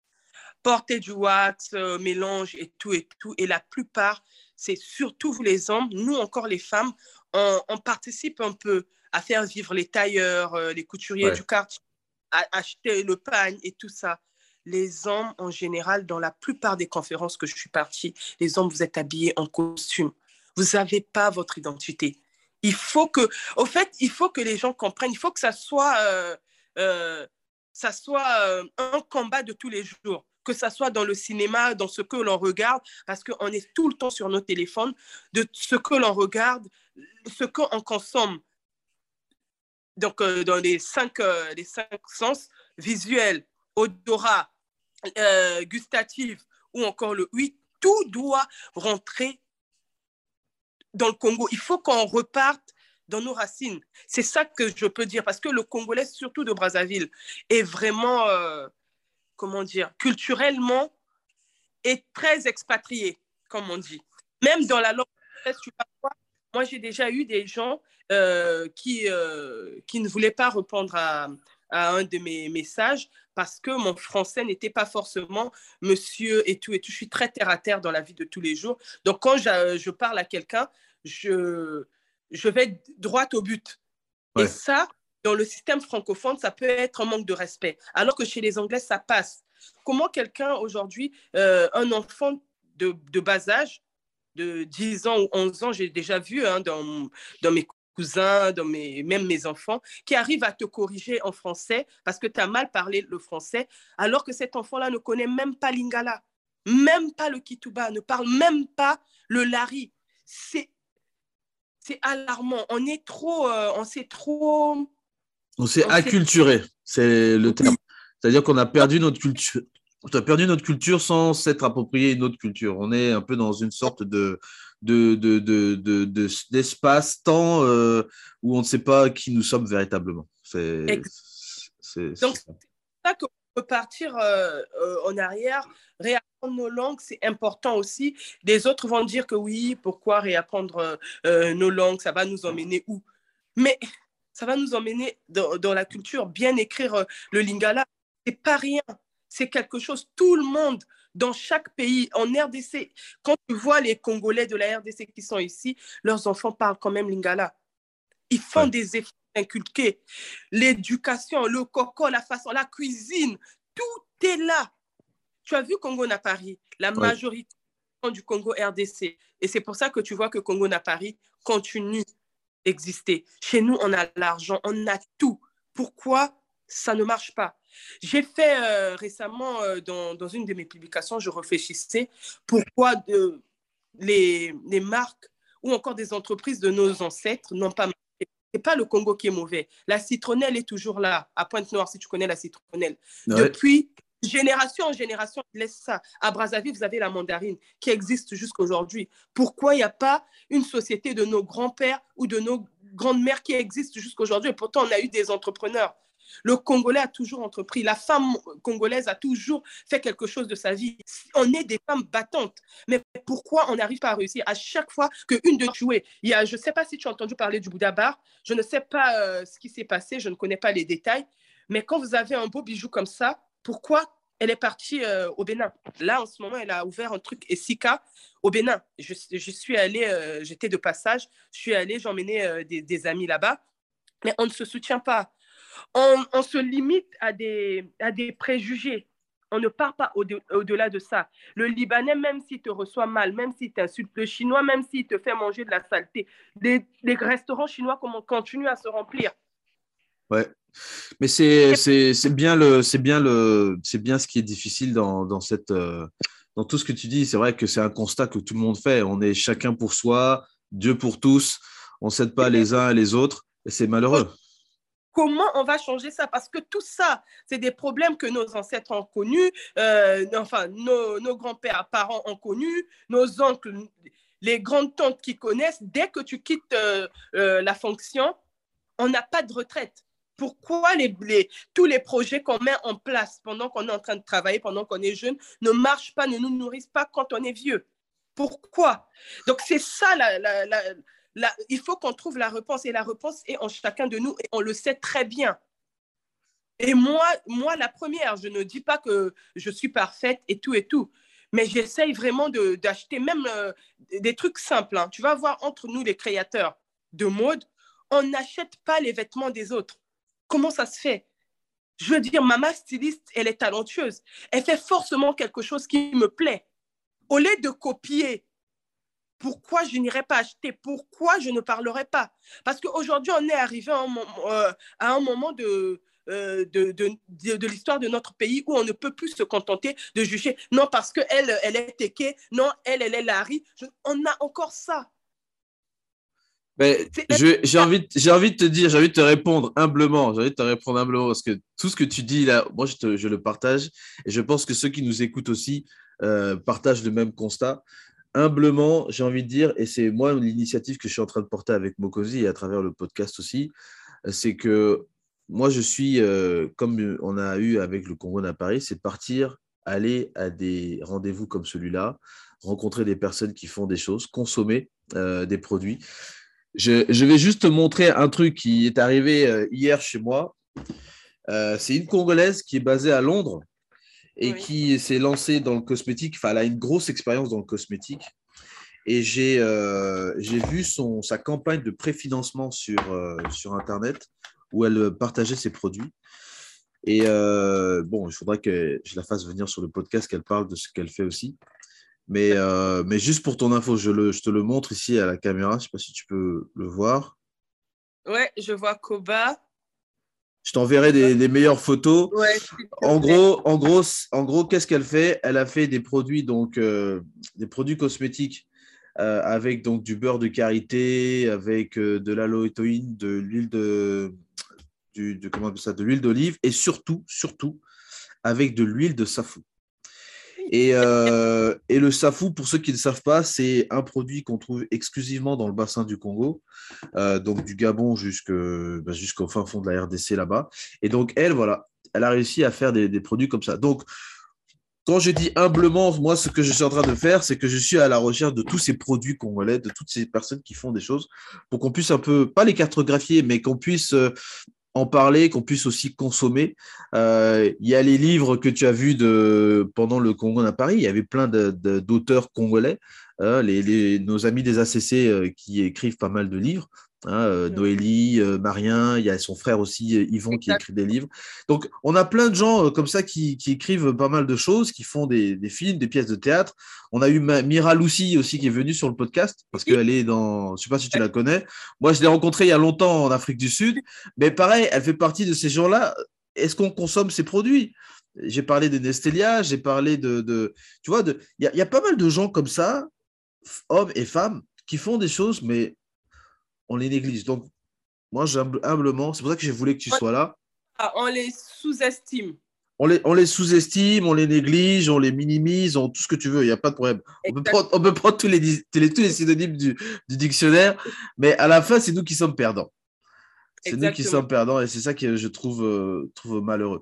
porter du wax, euh, mélange et tout et tout. Et la plupart, c'est surtout vous les hommes, nous encore les femmes, on, on participe un peu à faire vivre les tailleurs, euh, les couturiers ouais. du quartier, à acheter le pagne et tout ça. Les hommes, en général, dans la plupart des conférences que je suis partie, les hommes, vous êtes habillés en costume. Vous n'avez pas votre identité. Il faut que, au fait, il faut que les gens comprennent, il faut que ça soit, euh, euh, ça soit euh, un combat de tous les jours. Que ça soit dans le cinéma, dans ce que l'on regarde, parce qu'on est tout le temps sur nos téléphones, de ce que l'on regarde, ce qu'on consomme. Donc, euh, dans les cinq, euh, les cinq sens, visuel, odorat, euh, gustatif ou encore le oui, tout doit rentrer dans le Congo. Il faut qu'on reparte dans nos racines. C'est ça que je peux dire, parce que le Congolais, surtout de Brazzaville, est vraiment... Euh, comment dire, culturellement, est très expatrié, comme on dit. Même dans la langue française, tu vas voir, moi, j'ai déjà eu des gens euh, qui, euh, qui ne voulaient pas répondre à, à un de mes messages parce que mon français n'était pas forcément monsieur et tout, et tout. Je suis très terre-à-terre dans la vie de tous les jours. Donc, quand je, je parle à quelqu'un, je, je vais droit au but. Ouais. Et ça... dans le système francophone, ça peut être un manque de respect, alors que chez les Anglais, ça passe. Comment quelqu'un aujourd'hui, euh, un enfant de, de bas âge, de dix ans ou onze ans, j'ai déjà vu hein, dans, dans mes cousins, dans mes, même mes enfants, qui arrive à te corriger en français parce que tu as mal parlé le français, alors que cet enfant-là ne connaît même pas l'Ingala, même pas le Kituba, ne parle même pas le Lari. C'est, c'est alarmant. On est trop... Euh, on s'est trop... On s'est acculturé, c'est le terme. C'est-à-dire qu'on a perdu notre culture. On a perdu notre culture sans s'être approprié une autre culture. On est un peu dans une sorte de, de, de, de, de, de, d'espace-temps euh, où on ne sait pas qui nous sommes véritablement. C'est, c'est, Donc, c'est ça. C'est ça qu'on peut partir euh, euh, en arrière, réapprendre nos langues, c'est important aussi. Des autres vont dire que oui, pourquoi réapprendre euh, nos langues, ça va nous emmener où? Mais... ça va nous emmener dans, dans la culture, bien écrire euh, le lingala. c'est pas rien. C'est quelque chose, tout le monde, dans chaque pays, en R D C, quand tu vois les Congolais de la R D C qui sont ici, leurs enfants parlent quand même lingala. Ils font ouais. des efforts inculqués. L'éducation, le coco, la façon, la cuisine, tout est là. Tu as vu Congo-Na-Paris, la ouais. majorité du Congo R D C. Et c'est pour ça que tu vois que Congo-Na-Paris continue d'exister. Chez nous, on a l'argent, on a tout. Pourquoi ça ne marche pas? J'ai fait euh, récemment, euh, dans, dans une de mes publications, je réfléchissais pourquoi de, les, les marques ou encore des entreprises de nos ancêtres n'ont pas marché. Ce n'est pas le Congo qui est mauvais. La citronnelle est toujours là, à Pointe-Noire, si tu connais la citronnelle. Ouais. Depuis génération en génération, ils laissent ça. À Brazzaville, vous avez la mandarine qui existe jusqu'à aujourd'hui. Pourquoi il n'y a pas une société de nos grands-pères ou de nos grandes-mères qui existe jusqu'à aujourd'hui? Et pourtant, on a eu des entrepreneurs. Le Congolais a toujours entrepris. La femme congolaise a toujours fait quelque chose de sa vie. On est des femmes battantes. Mais pourquoi on n'arrive pas à réussir à chaque fois qu'une de tuer? Il y a, je ne sais pas si tu as entendu parler du Bouddha Bar. Je ne sais pas euh, ce qui s'est passé. Je ne connais pas les détails. Mais quand vous avez un beau bijou comme ça, pourquoi elle est partie euh, au Bénin? Là, en ce moment, elle a ouvert un truc Essika au Bénin. Je, je suis allée, euh, j'étais de passage. Je suis allée, j'emmenais euh, des, des amis là-bas. Mais on ne se soutient pas. On, on se limite à des, à des préjugés. On ne part pas au-de, au-delà de ça. Le Libanais, même s'il te reçoit mal, même s'il t'insulte, le Chinois, même s'il te fait manger de la saleté, les, les restaurants chinois continuent à se remplir. Ouais, mais c'est, c'est, c'est, bien, le, c'est, bien, le, c'est bien ce qui est difficile dans, dans, cette, euh, dans tout ce que tu dis. C'est vrai que c'est un constat que tout le monde fait. On est chacun pour soi, Dieu pour tous. On ne s'aide pas les uns et les autres. Et c'est malheureux. Comment on va changer ça? Parce que tout ça, c'est des problèmes que nos ancêtres ont connus, euh, enfin, nos, nos grands-pères, parents ont connus, nos oncles, les grandes tantes qui connaissent. Dès que tu quittes euh, euh, la fonction, on n'a pas de retraite. Pourquoi les, les, tous les projets qu'on met en place pendant qu'on est en train de travailler, pendant qu'on est jeune, ne marchent pas, ne nous nourrissent pas quand on est vieux? Pourquoi? Donc, c'est ça la... la, la Là, il faut qu'on trouve la réponse et la réponse est en chacun de nous et on le sait très bien. Et moi, moi, la première, je ne dis pas que je suis parfaite et tout et tout, mais j'essaye vraiment de, d'acheter même euh, des trucs simples. Hein. Tu vas voir entre nous, les créateurs de mode, on n'achète pas les vêtements des autres. Comment ça se fait? Je veux dire, ma styliste, elle est talentueuse. Elle fait forcément quelque chose qui me plaît. Au lieu de copier, pourquoi je n'irai pas acheter? Pourquoi je ne parlerai pas? Parce qu'aujourd'hui, on est arrivé à un moment, euh, à un moment de, euh, de, de, de, de l'histoire de notre pays où on ne peut plus se contenter de juger. Non, parce qu'elle, elle est Téké. Non, elle, elle est Larry. Je, on a encore ça. Mais je, j'ai, envie, j'ai envie de te dire, j'ai envie de te répondre humblement. J'ai envie de te répondre humblement parce que tout ce que tu dis là, moi, je, te, je le partage. Et je pense que ceux qui nous écoutent aussi euh, partagent le même constat. Humblement, j'ai envie de dire, et c'est moi l'initiative que je suis en train de porter avec Mokosi et à travers le podcast aussi, c'est que moi je suis, euh, comme on a eu avec le Congo-Na-Paris, c'est partir, aller à des rendez-vous comme celui-là, rencontrer des personnes qui font des choses, consommer euh, des produits. Je, je vais juste te montrer un truc qui est arrivé euh, hier chez moi. Euh, c'est une Congolaise qui est basée à Londres et oui. qui s'est lancée dans le cosmétique. Enfin, elle a une grosse expérience dans le cosmétique. Et j'ai, euh, j'ai vu son, sa campagne de préfinancement sur, euh, sur Internet où elle partageait ses produits. Et euh, bon, il faudrait que je la fasse venir sur le podcast, qu'elle parle de ce qu'elle fait aussi. Mais, euh, mais juste pour ton info, je, le, je te le montre ici à la caméra. Je ne sais pas si tu peux le voir. Ouais, je vois Koba. Je t'enverrai des, des meilleures photos. Ouais, en, gros, en, gros, en gros, qu'est-ce qu'elle fait? Elle a fait des produits, donc, euh, des produits cosmétiques euh, avec donc, du beurre de karité, avec euh, de l'aloïtoïne, de l'huile de, du, de, comment ça, de l'huile d'olive et surtout, surtout, avec de l'huile de safou. Et, euh, et le safou, pour ceux qui ne savent pas, c'est un produit qu'on trouve exclusivement dans le bassin du Congo, euh, donc du Gabon jusque, bah, jusqu'au fin fond de la R D C là-bas. Et donc, elle, voilà, elle a réussi à faire des, des produits comme ça. Donc, quand je dis humblement, moi, ce que je suis en train de faire, c'est que je suis à la recherche de tous ces produits congolais, de toutes ces personnes qui font des choses, pour qu'on puisse un peu, pas les cartographier, mais qu'on puisse... Euh, en parler, qu'on puisse aussi consommer. Euh, il y a les livres que tu as vus de, pendant le Congo à Paris. Il y avait plein de, de, d'auteurs congolais, euh, les, les, nos amis des A C C euh, qui écrivent pas mal de livres. Hein, euh, Noélie, euh, Marien, il y a son frère aussi, euh, Yvon, qui écrit des livres. Donc, on a plein de gens euh, comme ça qui, qui écrivent pas mal de choses, qui font des, des films, des pièces de théâtre. On a eu Ma- Mira Loussi aussi qui est venue sur le podcast parce qu'elle est dans, je ne sais pas si tu la connais. Moi, je l'ai rencontrée il y a longtemps en Afrique du Sud, mais pareil, elle fait partie de ces gens-là. Est-ce qu'on consomme ces produits? J'ai parlé de Nestélia, j'ai parlé de, de tu vois, de, il y, a- il y a pas mal de gens comme ça, hommes et femmes, qui font des choses, mais on les néglige. Donc, moi, j'humble- humblement, c'est pour ça que je voulais que tu sois là. Ah, on les sous-estime. On les, on les sous-estime, on les néglige, on les minimise, on, tout ce que tu veux, il n'y a pas de problème. On peut prendre, on peut prendre tous, les, tous, les, tous les synonymes du, du dictionnaire, mais à la fin, c'est nous qui sommes perdants. C'est Exactement. nous qui sommes perdants et c'est ça que je trouve, euh, trouve malheureux.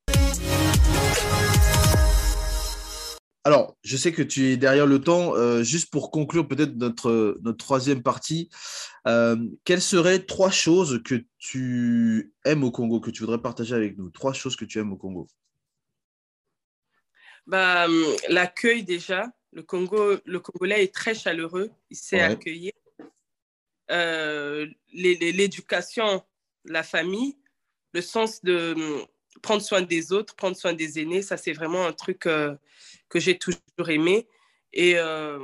Alors, je sais que tu es derrière le temps. Euh, juste pour conclure peut-être notre, notre troisième partie, euh, quelles seraient trois choses que tu aimes au Congo, que tu voudrais partager avec nous? Trois choses que tu aimes au Congo. Bah, l'accueil déjà. Le Congo, le Congolais est très chaleureux. Il sait ouais. accueillir. Euh, les, les, l'éducation, la famille, le sens de prendre soin des autres, prendre soin des aînés, ça c'est vraiment un truc euh, que j'ai toujours aimé. Et euh,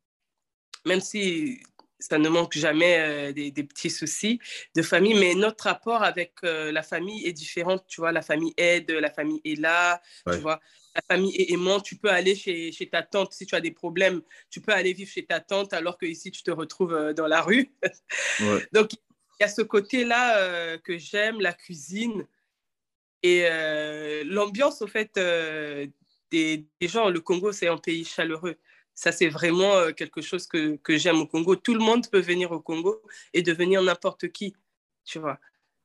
même si ça ne manque jamais euh, des, des petits soucis de famille, mais notre rapport avec euh, la famille est différent. Tu vois, la famille aide, la famille est là, ouais. tu vois. La famille est aimante, tu peux aller chez, chez ta tante si tu as des problèmes, tu peux aller vivre chez ta tante alors que ici tu te retrouves euh, dans la rue. Ouais. Donc il y a ce côté-là euh, que j'aime, la cuisine et euh, l'ambiance au fait euh, des, des gens. Le Congo, c'est un pays chaleureux. Ça, c'est vraiment euh, quelque chose que, que j'aime au Congo. Tout le monde peut venir au Congo et devenir n'importe qui, tu vois.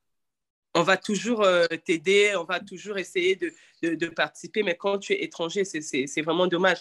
On va toujours euh, t'aider, on va toujours essayer de, de, de participer, mais quand tu es étranger, c'est, c'est, c'est vraiment dommage.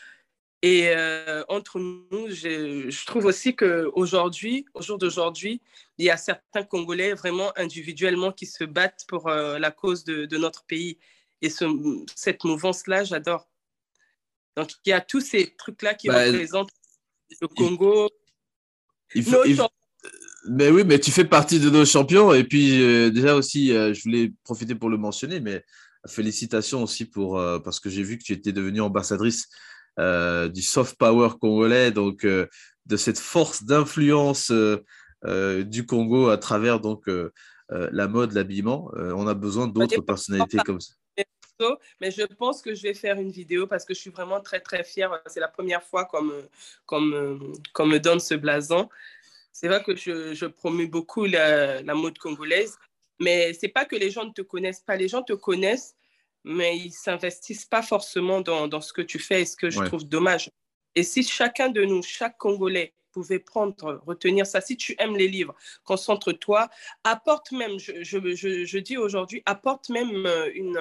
Et euh, entre nous, je, je trouve aussi qu'aujourd'hui, au jour d'aujourd'hui, il y a certains Congolais vraiment individuellement qui se battent pour euh, la cause de, de notre pays. Et ce, cette mouvance-là, j'adore. Donc, il y a tous ces trucs-là qui bah, représentent le Congo. Il faut, il faut... Mais oui, mais tu fais partie de nos champions. Et puis, euh, déjà aussi, euh, je voulais profiter pour le mentionner, mais félicitations aussi pour, euh, parce que j'ai vu que tu étais devenue ambassadrice euh, du soft power congolais, donc euh, de cette force d'influence euh, euh, du Congo à travers donc, euh, euh, la mode, l'habillement. Euh, on a besoin d'autres personnalités comme ça. Mais je pense que je vais faire une vidéo parce que je suis vraiment très, très fière. C'est la première fois qu'on me, qu'on me, qu'on me donne ce blason. C'est vrai que je, je promets beaucoup la, la mode congolaise, mais ce n'est pas que les gens ne te connaissent pas. Les gens te connaissent, mais ils ne s'investissent pas forcément dans, dans ce que tu fais et ce que je ouais. trouve dommage. Et si chacun de nous, chaque Congolais, pouvait prendre, retenir ça, si tu aimes les livres, concentre-toi, apporte même, je, je, je, je dis aujourd'hui, apporte même une...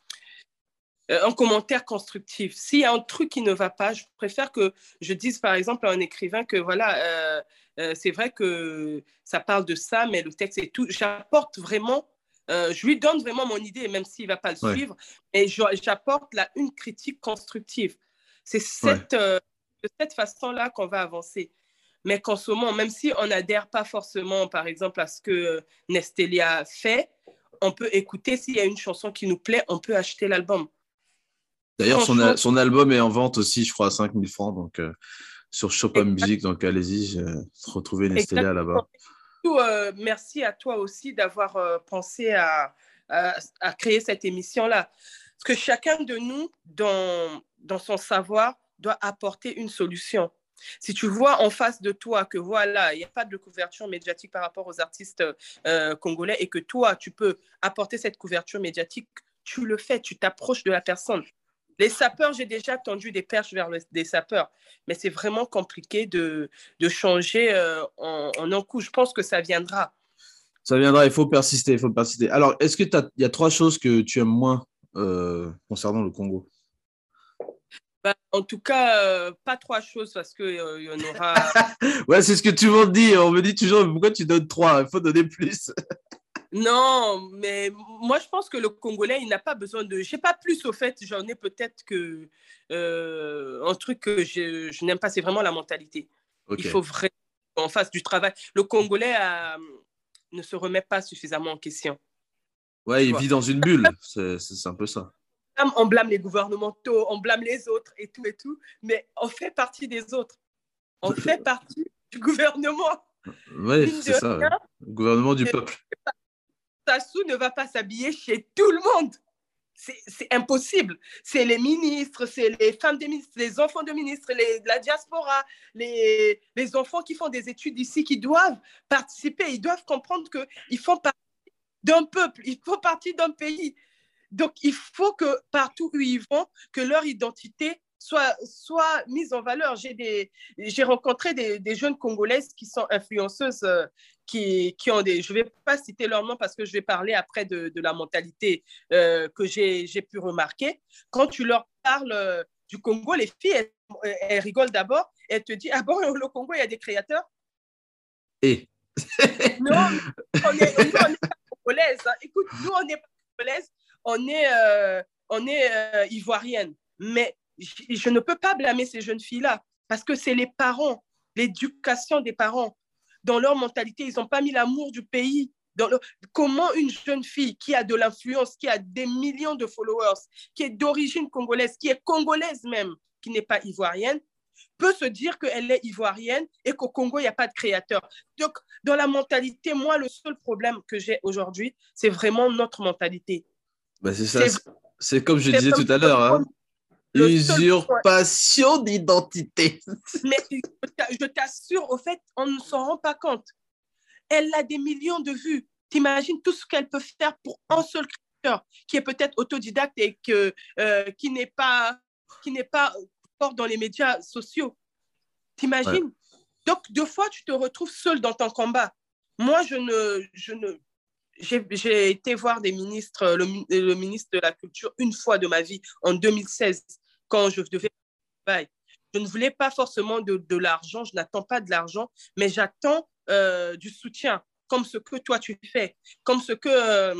un commentaire constructif. S'il y a un truc qui ne va pas, je préfère que je dise par exemple à un écrivain que voilà, euh, euh, c'est vrai que ça parle de ça, mais le texte et tout, j'apporte vraiment, euh, je lui donne vraiment mon idée, même s'il ne va pas le ouais. suivre, et j'apporte là une critique constructive. C'est cette, ouais. euh, de cette façon-là qu'on va avancer. Mais qu'en ce moment, même si on n'adhère pas forcément, par exemple, à ce que Nestélia fait, on peut écouter, s'il y a une chanson qui nous plaît, on peut acheter l'album. D'ailleurs, son, a, son album est en vente aussi, je crois, à cinq mille francs, donc euh, sur Chopin Music, donc allez-y, euh, retrouver Nestélia là-bas. Euh, merci à toi aussi d'avoir euh, pensé à, à, à créer cette émission-là. Parce que chacun de nous, dans, dans son savoir, doit apporter une solution. Si tu vois en face de toi que voilà, il n'y a pas de couverture médiatique par rapport aux artistes euh, congolais et que toi, tu peux apporter cette couverture médiatique, tu le fais, tu t'approches de la personne. Les sapeurs, j'ai déjà tendu des perches vers le, des sapeurs, mais c'est vraiment compliqué de, de changer euh, en, en un coup. Je pense que ça viendra. Ça viendra, il faut persister, il faut persister. Alors, est-ce qu'il y a trois choses que tu aimes moins euh, concernant le Congo? Bah, en tout cas, euh, pas trois choses parce qu'il euh, y en aura. Ouais, c'est ce que tout le monde dit. On me dit toujours, pourquoi tu donnes trois? Il faut donner plus. Non, mais moi, je pense que le Congolais, il n'a pas besoin de... Je n'ai pas plus au fait, j'en ai peut-être que... Euh, un truc que je, je n'aime pas, c'est vraiment la mentalité. Ok. Il faut vraiment qu'on fasse du travail. Le Congolais a, ne se remet pas suffisamment en question. Ouais, il vois. vit dans une bulle, c'est, c'est un peu ça. On blâme les gouvernementaux, on blâme les autres et tout et tout, mais on fait partie des autres. On fait partie du gouvernement. Oui, c'est ça. Ouais. Le gouvernement du peuple. Sassou ne va pas s'habiller chez tout le monde. C'est impossible. C'est les ministres, c'est les femmes des ministres, les enfants de ministres, les, la diaspora, les, les enfants qui font des études ici, qui doivent participer. Ils doivent comprendre qu'ils font partie d'un peuple, ils font partie d'un pays. Donc, il faut que partout où ils vont, que leur identité soit, soit mise en valeur. J'ai rencontré des, des jeunes Congolaises qui sont influenceuses, euh, qui, qui ont des... Je ne vais pas citer leur nom parce que je vais parler après de, de la mentalité euh, que j'ai pu remarquer. Quand tu leur parles euh, du Congo, les filles, elles, elles rigolent d'abord et elles te disent « Ah bon, le Congo, il y a des créateurs ?» Et Non, on n'est pas congolaises. Hein. Écoute, nous, on n'est pas congolaises, on est, euh, on est euh, ivoirienne. Mais je, je ne peux pas blâmer ces jeunes filles-là parce que c'est les parents, l'éducation des parents. Dans leur mentalité, ils n'ont pas mis l'amour du pays. Dans le... Comment une jeune fille qui a de l'influence, qui a des millions de followers, qui est d'origine congolaise, qui est congolaise même, qui n'est pas ivoirienne, peut se dire qu'elle est ivoirienne et qu'au Congo, il n'y a pas de créateur. Donc, dans la mentalité, moi, le seul problème que j'ai aujourd'hui, c'est vraiment notre mentalité. Bah c'est ça, c'est comme je disais tout à l'heure, hein. Usurpation d'identité. Mais je t'assure, au fait, on ne s'en rend pas compte. Elle a des millions de vues. T'imagines tout ce qu'elle peut faire pour un seul créateur qui est peut-être autodidacte et que, euh, qui n'est pas, qui n'est pas fort dans les médias sociaux. T'imagines? Ouais. Donc, deux fois, tu te retrouves seul dans ton combat. Moi, je ne... Je ne j'ai été voir des ministres, le, le ministre de la Culture une fois de ma vie, en deux mille seize, quand je devais travailler. Je ne voulais pas forcément de, de l'argent, je n'attends pas de l'argent, mais j'attends euh, du soutien, comme ce que toi tu fais, comme ce que euh,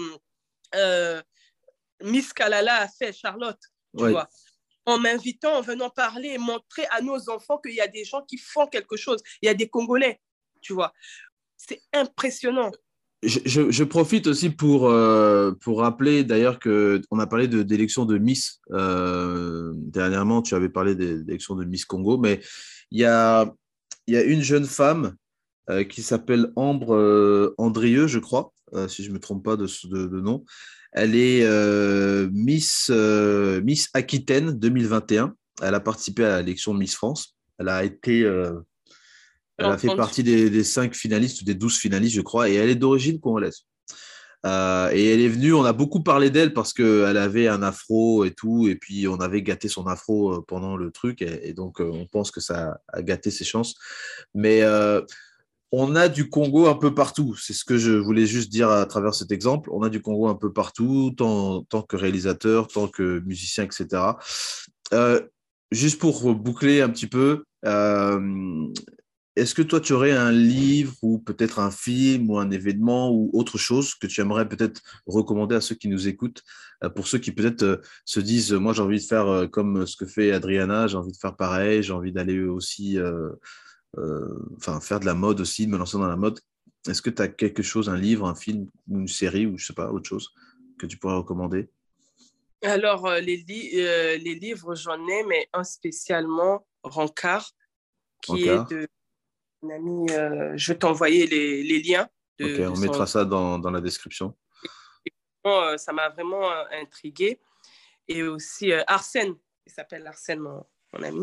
euh, Miss Kalala a fait, Charlotte, tu oui. vois. En m'invitant, en venant parler et montrer à nos enfants qu'il y a des gens qui font quelque chose. Il y a des Congolais, tu vois. C'est impressionnant. Je, je, je profite aussi pour, euh, pour rappeler d'ailleurs qu'on a parlé d'élections de, de Miss. Euh, dernièrement, tu avais parlé d'élections de Miss Congo, mais il y a, y a une jeune femme euh, qui s'appelle Ambre euh, Andrieux, je crois, euh, si je ne me trompe pas de, de, de nom. Elle est euh, Miss, euh, Miss Aquitaine deux mille vingt et un. Elle a participé à l'élection de Miss France. Elle a été... Euh, Elle a fait partie des, des cinq finalistes ou des douze finalistes, je crois, et elle est d'origine congolaise. Euh, et elle est venue, on a beaucoup parlé d'elle parce qu'elle avait un afro et tout, et puis on avait gâté son afro pendant le truc, et, et donc on pense que ça a gâté ses chances. Mais euh, on a du Congo un peu partout, c'est ce que je voulais juste dire à travers cet exemple. On a du Congo un peu partout, tant, tant que réalisateur, tant que musicien, et cetera. Euh, juste pour boucler un petit peu... Euh, Est-ce que toi, tu aurais un livre ou peut-être un film ou un événement ou autre chose que tu aimerais peut-être recommander à ceux qui nous écoutent, pour ceux qui peut-être se disent « moi, j'ai envie de faire comme ce que fait Adriana, j'ai envie de faire pareil, j'ai envie d'aller aussi euh, euh, enfin, faire de la mode aussi, de me lancer dans la mode ». Est-ce que tu as quelque chose, un livre, un film ou une série ou je sais pas, autre chose que tu pourrais recommander? Alors, euh, les, li euh, les livres, j'en ai, mais un spécialement, Rancard, qui Rancard. est de... Mon ami, euh, je vais t'envoyer les, les liens. De, ok, on de mettra son... ça dans, dans la description. Et, euh, ça m'a vraiment euh, intriguée. Et aussi euh, Arsène, il s'appelle Arsène, mon, mon ami.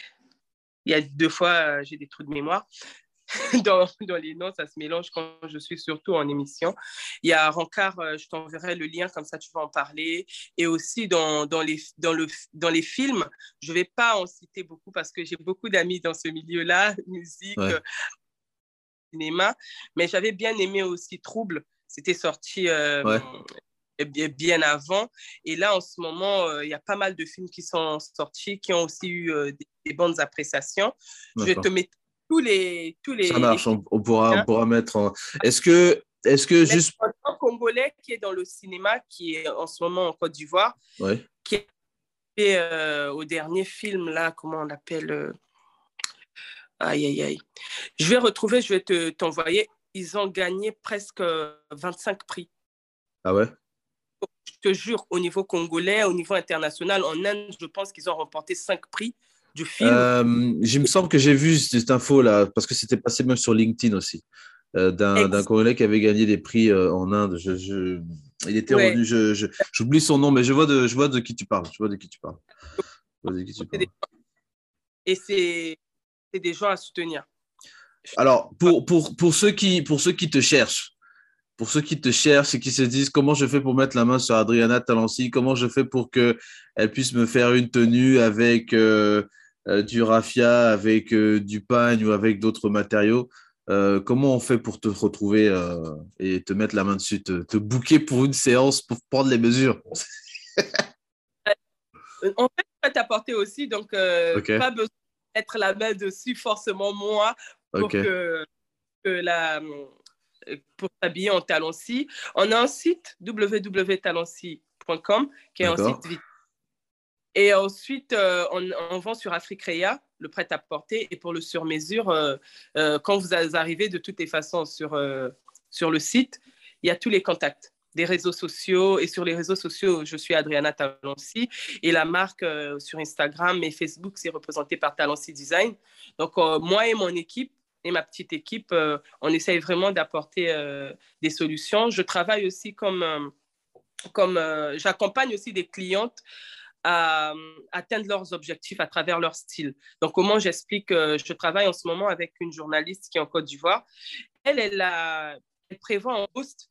Il y a deux fois, euh, j'ai des trous de mémoire. dans, dans les noms, ça se mélange quand je suis surtout en émission. Il y a Rancard, euh, je t'enverrai le lien, comme ça tu vas en parler. Et aussi dans, dans, les, dans, le, dans les films, je ne vais pas en citer beaucoup parce que j'ai beaucoup d'amis dans ce milieu-là, musique, ouais. euh, cinéma. Mais j'avais bien aimé aussi Trouble. C'était sorti euh, ouais. bien avant. Et là, en ce moment, euh, il y a pas mal de films qui sont sortis, qui ont aussi eu euh, des, des bonnes appréciations. Je vais te mettre tous les, tous les... Ça marche, on, on, pourra, on pourra mettre... En... Est-ce que, est-ce que juste... En Congolais qui est dans le cinéma, qui est en ce moment en Côte d'Ivoire, Ouais. qui est euh, au dernier film, là, comment on l'appelle euh... Aïe, aïe, aïe. Je vais retrouver, je vais te, t'envoyer. Ils ont gagné presque vingt-cinq prix. Ah ouais? Je te jure, au niveau congolais, au niveau international, en Inde, je pense qu'ils ont remporté cinq prix du film. Euh, il me semble que j'ai vu cette info-là, parce que c'était passé même sur LinkedIn aussi, euh, d'un, d'un Congolais qui avait gagné des prix euh, en Inde. Je, je... Il était Ouais. revenu, je, je, j'oublie son nom, mais je vois, de, je vois de qui tu parles. Je vois de qui tu parles. Je vois de qui tu parles. Et c'est, c'est des gens à soutenir. Alors, pour, pour, pour, ceux qui, pour ceux qui te cherchent, pour ceux qui te cherchent et qui se disent comment je fais pour mettre la main sur Adriana Talancy, comment je fais pour qu'elle puisse me faire une tenue avec euh, euh, du raffia, avec euh, du pagne ou avec d'autres matériaux, euh, comment on fait pour te retrouver euh, et te mettre la main dessus, te, te booker pour une séance pour prendre les mesures? En fait, je peux t'apporter aussi, donc euh, okay. Pas besoin de mettre la main dessus forcément moi pour okay. que, que la... pour s'habiller en Talancy. On a un site w w w point talancy point com qui est D'accord. un site vite. Et ensuite, euh, on, on vend sur Africrea, le prêt-à-porter, et pour le sur-mesure, euh, euh, quand vous arrivez de toutes les façons sur, euh, sur le site, il y a tous les contacts des réseaux sociaux. Et sur les réseaux sociaux, je suis Adriana Talancy. Et la marque euh, sur Instagram et Facebook, c'est représenté par Talancy Design. Donc, euh, moi et mon équipe, et ma petite équipe, euh, on essaye vraiment d'apporter euh, des solutions. Je travaille aussi comme... Euh, comme euh, j'accompagne aussi des clientes à, à atteindre leurs objectifs à travers leur style. Donc, comment j'explique euh, Je travaille en ce moment avec une journaliste qui est en Côte d'Ivoire. Elle, elle, a, elle prévoit un post.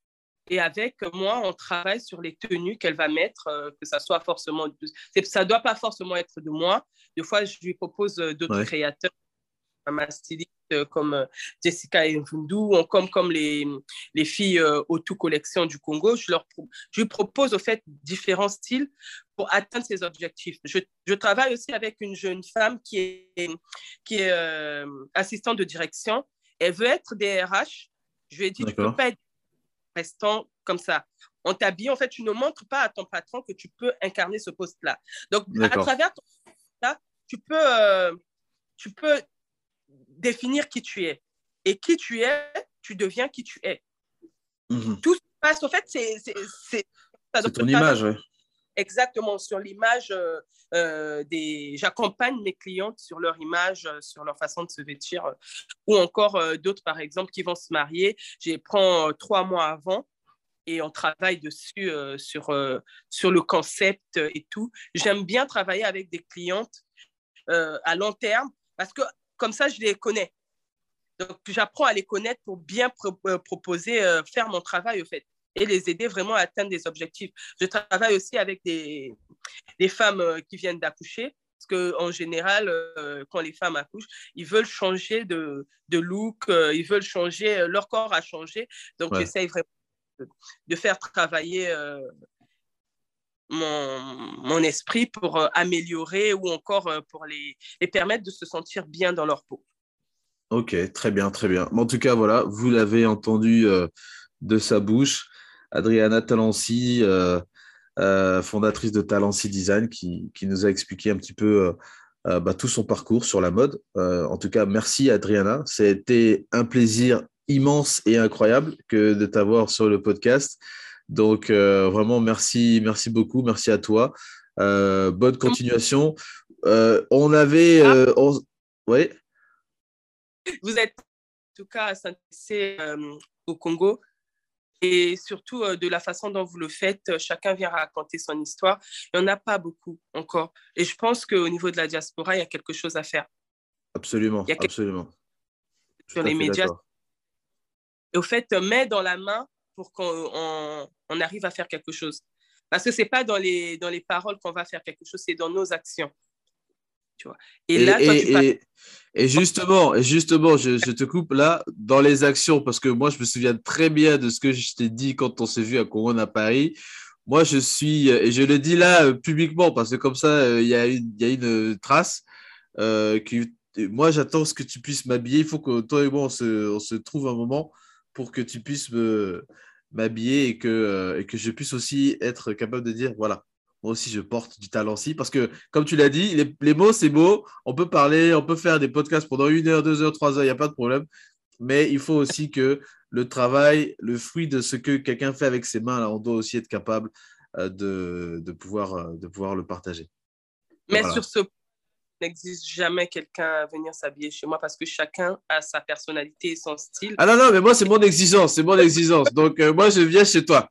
Et avec moi, on travaille sur les tenues qu'elle va mettre, euh, que ça soit forcément... Ça ne doit pas forcément être de moi. Des fois, je lui propose d'autres ouais. créateurs, ma styliste comme Jessica Mvundu, ou comme, comme les, les filles euh, Otu Collection du Congo. Je, leur pro... je lui propose au fait différents styles pour atteindre ses objectifs. Je, je travaille aussi avec une jeune femme qui est, qui est euh, assistante de direction. Elle veut être D R H. Je lui ai dit, D'accord. Tu ne peux pas être restant comme ça. On t'habille, en fait, tu ne montres pas à ton patron que tu peux incarner ce poste-là. Donc, D'accord. à travers ton poste-là, tu peux, euh, tu peux définir qui tu es. Et qui tu es, tu deviens qui tu es. Mm-hmm. Tout se passe, en fait, c'est... C'est, c'est, ça c'est ton image, oui. Exactement, sur l'image euh, euh, des... J'accompagne mes clientes sur leur image, euh, sur leur façon de se vêtir. Euh, ou encore euh, d'autres, par exemple, qui vont se marier. Je les prends euh, trois mois avant et on travaille dessus euh, sur, euh, sur le concept et tout. J'aime bien travailler avec des clientes euh, à long terme parce que comme ça, je les connais. Donc, j'apprends à les connaître pour bien pro- euh, proposer, euh, faire mon travail, au fait, et les aider vraiment à atteindre des objectifs. Je travaille aussi avec des, des femmes euh, qui viennent d'accoucher, parce qu'en général, euh, quand les femmes accouchent, ils veulent changer de, de look, euh, ils veulent changer, euh, leur corps a changé. Donc, ouais. J'essaye vraiment de, de faire travailler euh, mon, mon esprit pour euh, améliorer ou encore euh, pour les, les permettre de se sentir bien dans leur peau. Ok, très bien, très bien. En tout cas, voilà, vous l'avez entendu euh, de sa bouche. Adriana Talancy, euh, euh, fondatrice de Talancy Design, qui, qui nous a expliqué un petit peu euh, euh, bah, tout son parcours sur la mode. Euh, en tout cas, merci Adriana. C'était un plaisir immense et incroyable que de t'avoir sur le podcast. Donc, euh, vraiment, merci, merci beaucoup. Merci à toi. Euh, bonne continuation. Euh, on avait... Euh, on... Oui. Vous êtes en tout cas s'intéresser euh, au Congo et surtout euh, de la façon dont vous le faites. Chacun vient raconter son histoire. Il n'y en a pas beaucoup encore. Et je pense qu'au niveau de la diaspora, il y a quelque chose à faire. Absolument, il y a absolument. Sur les médias. D'accord. Et au fait, mets dans la main pour qu'on on, on arrive à faire quelque chose. Parce que ce n'est pas dans les, dans les paroles qu'on va faire quelque chose, c'est dans nos actions. Tu vois. Et, et là, toi, et, tu parles... et, et justement, et justement je, je te coupe là, dans les actions, parce que moi, je me souviens très bien de ce que je t'ai dit quand on s'est vu à Couronne à Paris. Moi, je suis, et je le dis là euh, publiquement, parce que comme ça, il euh, y, a une, y a une trace. Euh, qui, moi, j'attends ce que tu puisses m'habiller. Il faut que toi et moi, on se, on se trouve un moment pour que tu puisses me, m'habiller et que, euh, et que je puisse aussi être capable de dire, voilà, moi aussi, je porte du talent si. Parce que, comme tu l'as dit, les, les mots, c'est beau. On peut parler, on peut faire des podcasts pendant une heure, deux heures, trois heures, il n'y a pas de problème. Mais il faut aussi que le travail, le fruit de ce que quelqu'un fait avec ses mains, là, on doit aussi être capable euh, de, de, pouvoir, euh, de pouvoir le partager. Mais Voilà. sur ce point, il n'existe jamais quelqu'un à venir s'habiller chez moi parce que chacun a sa personnalité et son style. Ah non, non, mais moi, c'est mon exigence. C'est mon exigence. Donc, euh, moi, je viens chez toi.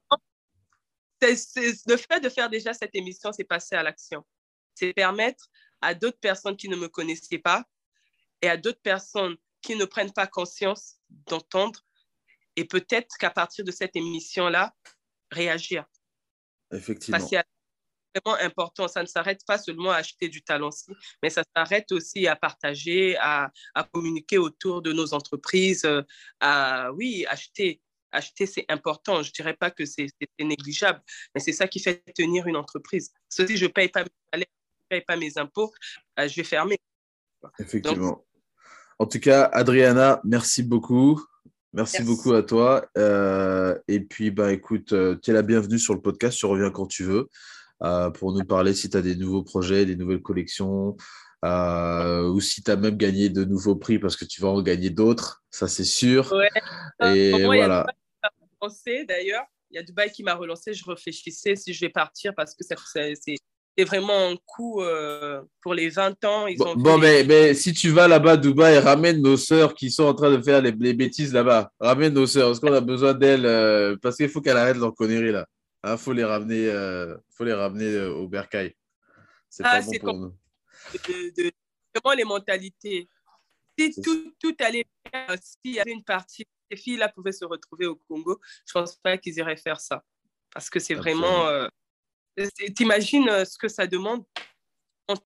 C'est, c'est, le fait de faire déjà cette émission, c'est passer à l'action. C'est permettre à d'autres personnes qui ne me connaissaient pas et à d'autres personnes qui ne prennent pas conscience d'entendre et peut-être qu'à partir de cette émission-là, réagir. Effectivement. Passer à C'est vraiment important. Ça ne s'arrête pas seulement à acheter du talent-ci, mais ça s'arrête aussi à partager, à, à communiquer autour de nos entreprises, à, oui, acheter. Acheter, c'est important. Je ne dirais pas que c'est, c'est négligeable, mais c'est ça qui fait tenir une entreprise. Si je ne paye pas mes salaires, je ne paye pas mes impôts, je vais fermer. Effectivement. Donc, en tout cas, Adriana, merci beaucoup. Merci, merci. beaucoup à toi. Euh, et puis, bah, écoute, euh, tu es la bienvenue sur le podcast. Tu reviens quand tu veux euh, pour nous parler si tu as des nouveaux projets, des nouvelles collections euh, ou si tu as même gagné de nouveaux prix parce que tu vas en gagner d'autres. Ça, c'est sûr. Ouais. Et bon, voilà. D'ailleurs, il y a Dubaï qui m'a relancé. Je réfléchissais si je vais partir parce que ça, c'est, c'est, c'est vraiment un coup euh, pour les vingt ans. Ils bon, ont bon mais, les... mais si tu vas là-bas à Dubaï, ramène nos sœurs qui sont en train de faire les, les bêtises là-bas. Ramène nos sœurs parce qu'on a besoin d'elles euh, parce qu'il faut qu'elles arrêtent leur connerie là. Il hein, faut les ramener, euh, faut les ramener euh, au bercail. C'est ah, pas bon pour nous. De, de, comment les mentalités. Si tout, tout allait bien, s'il y avait une partie, ces filles-là pouvaient se retrouver au Congo, je ne pense pas qu'ils iraient faire ça. Parce que c'est Absolument. vraiment... Euh, t'imagines ce que ça demande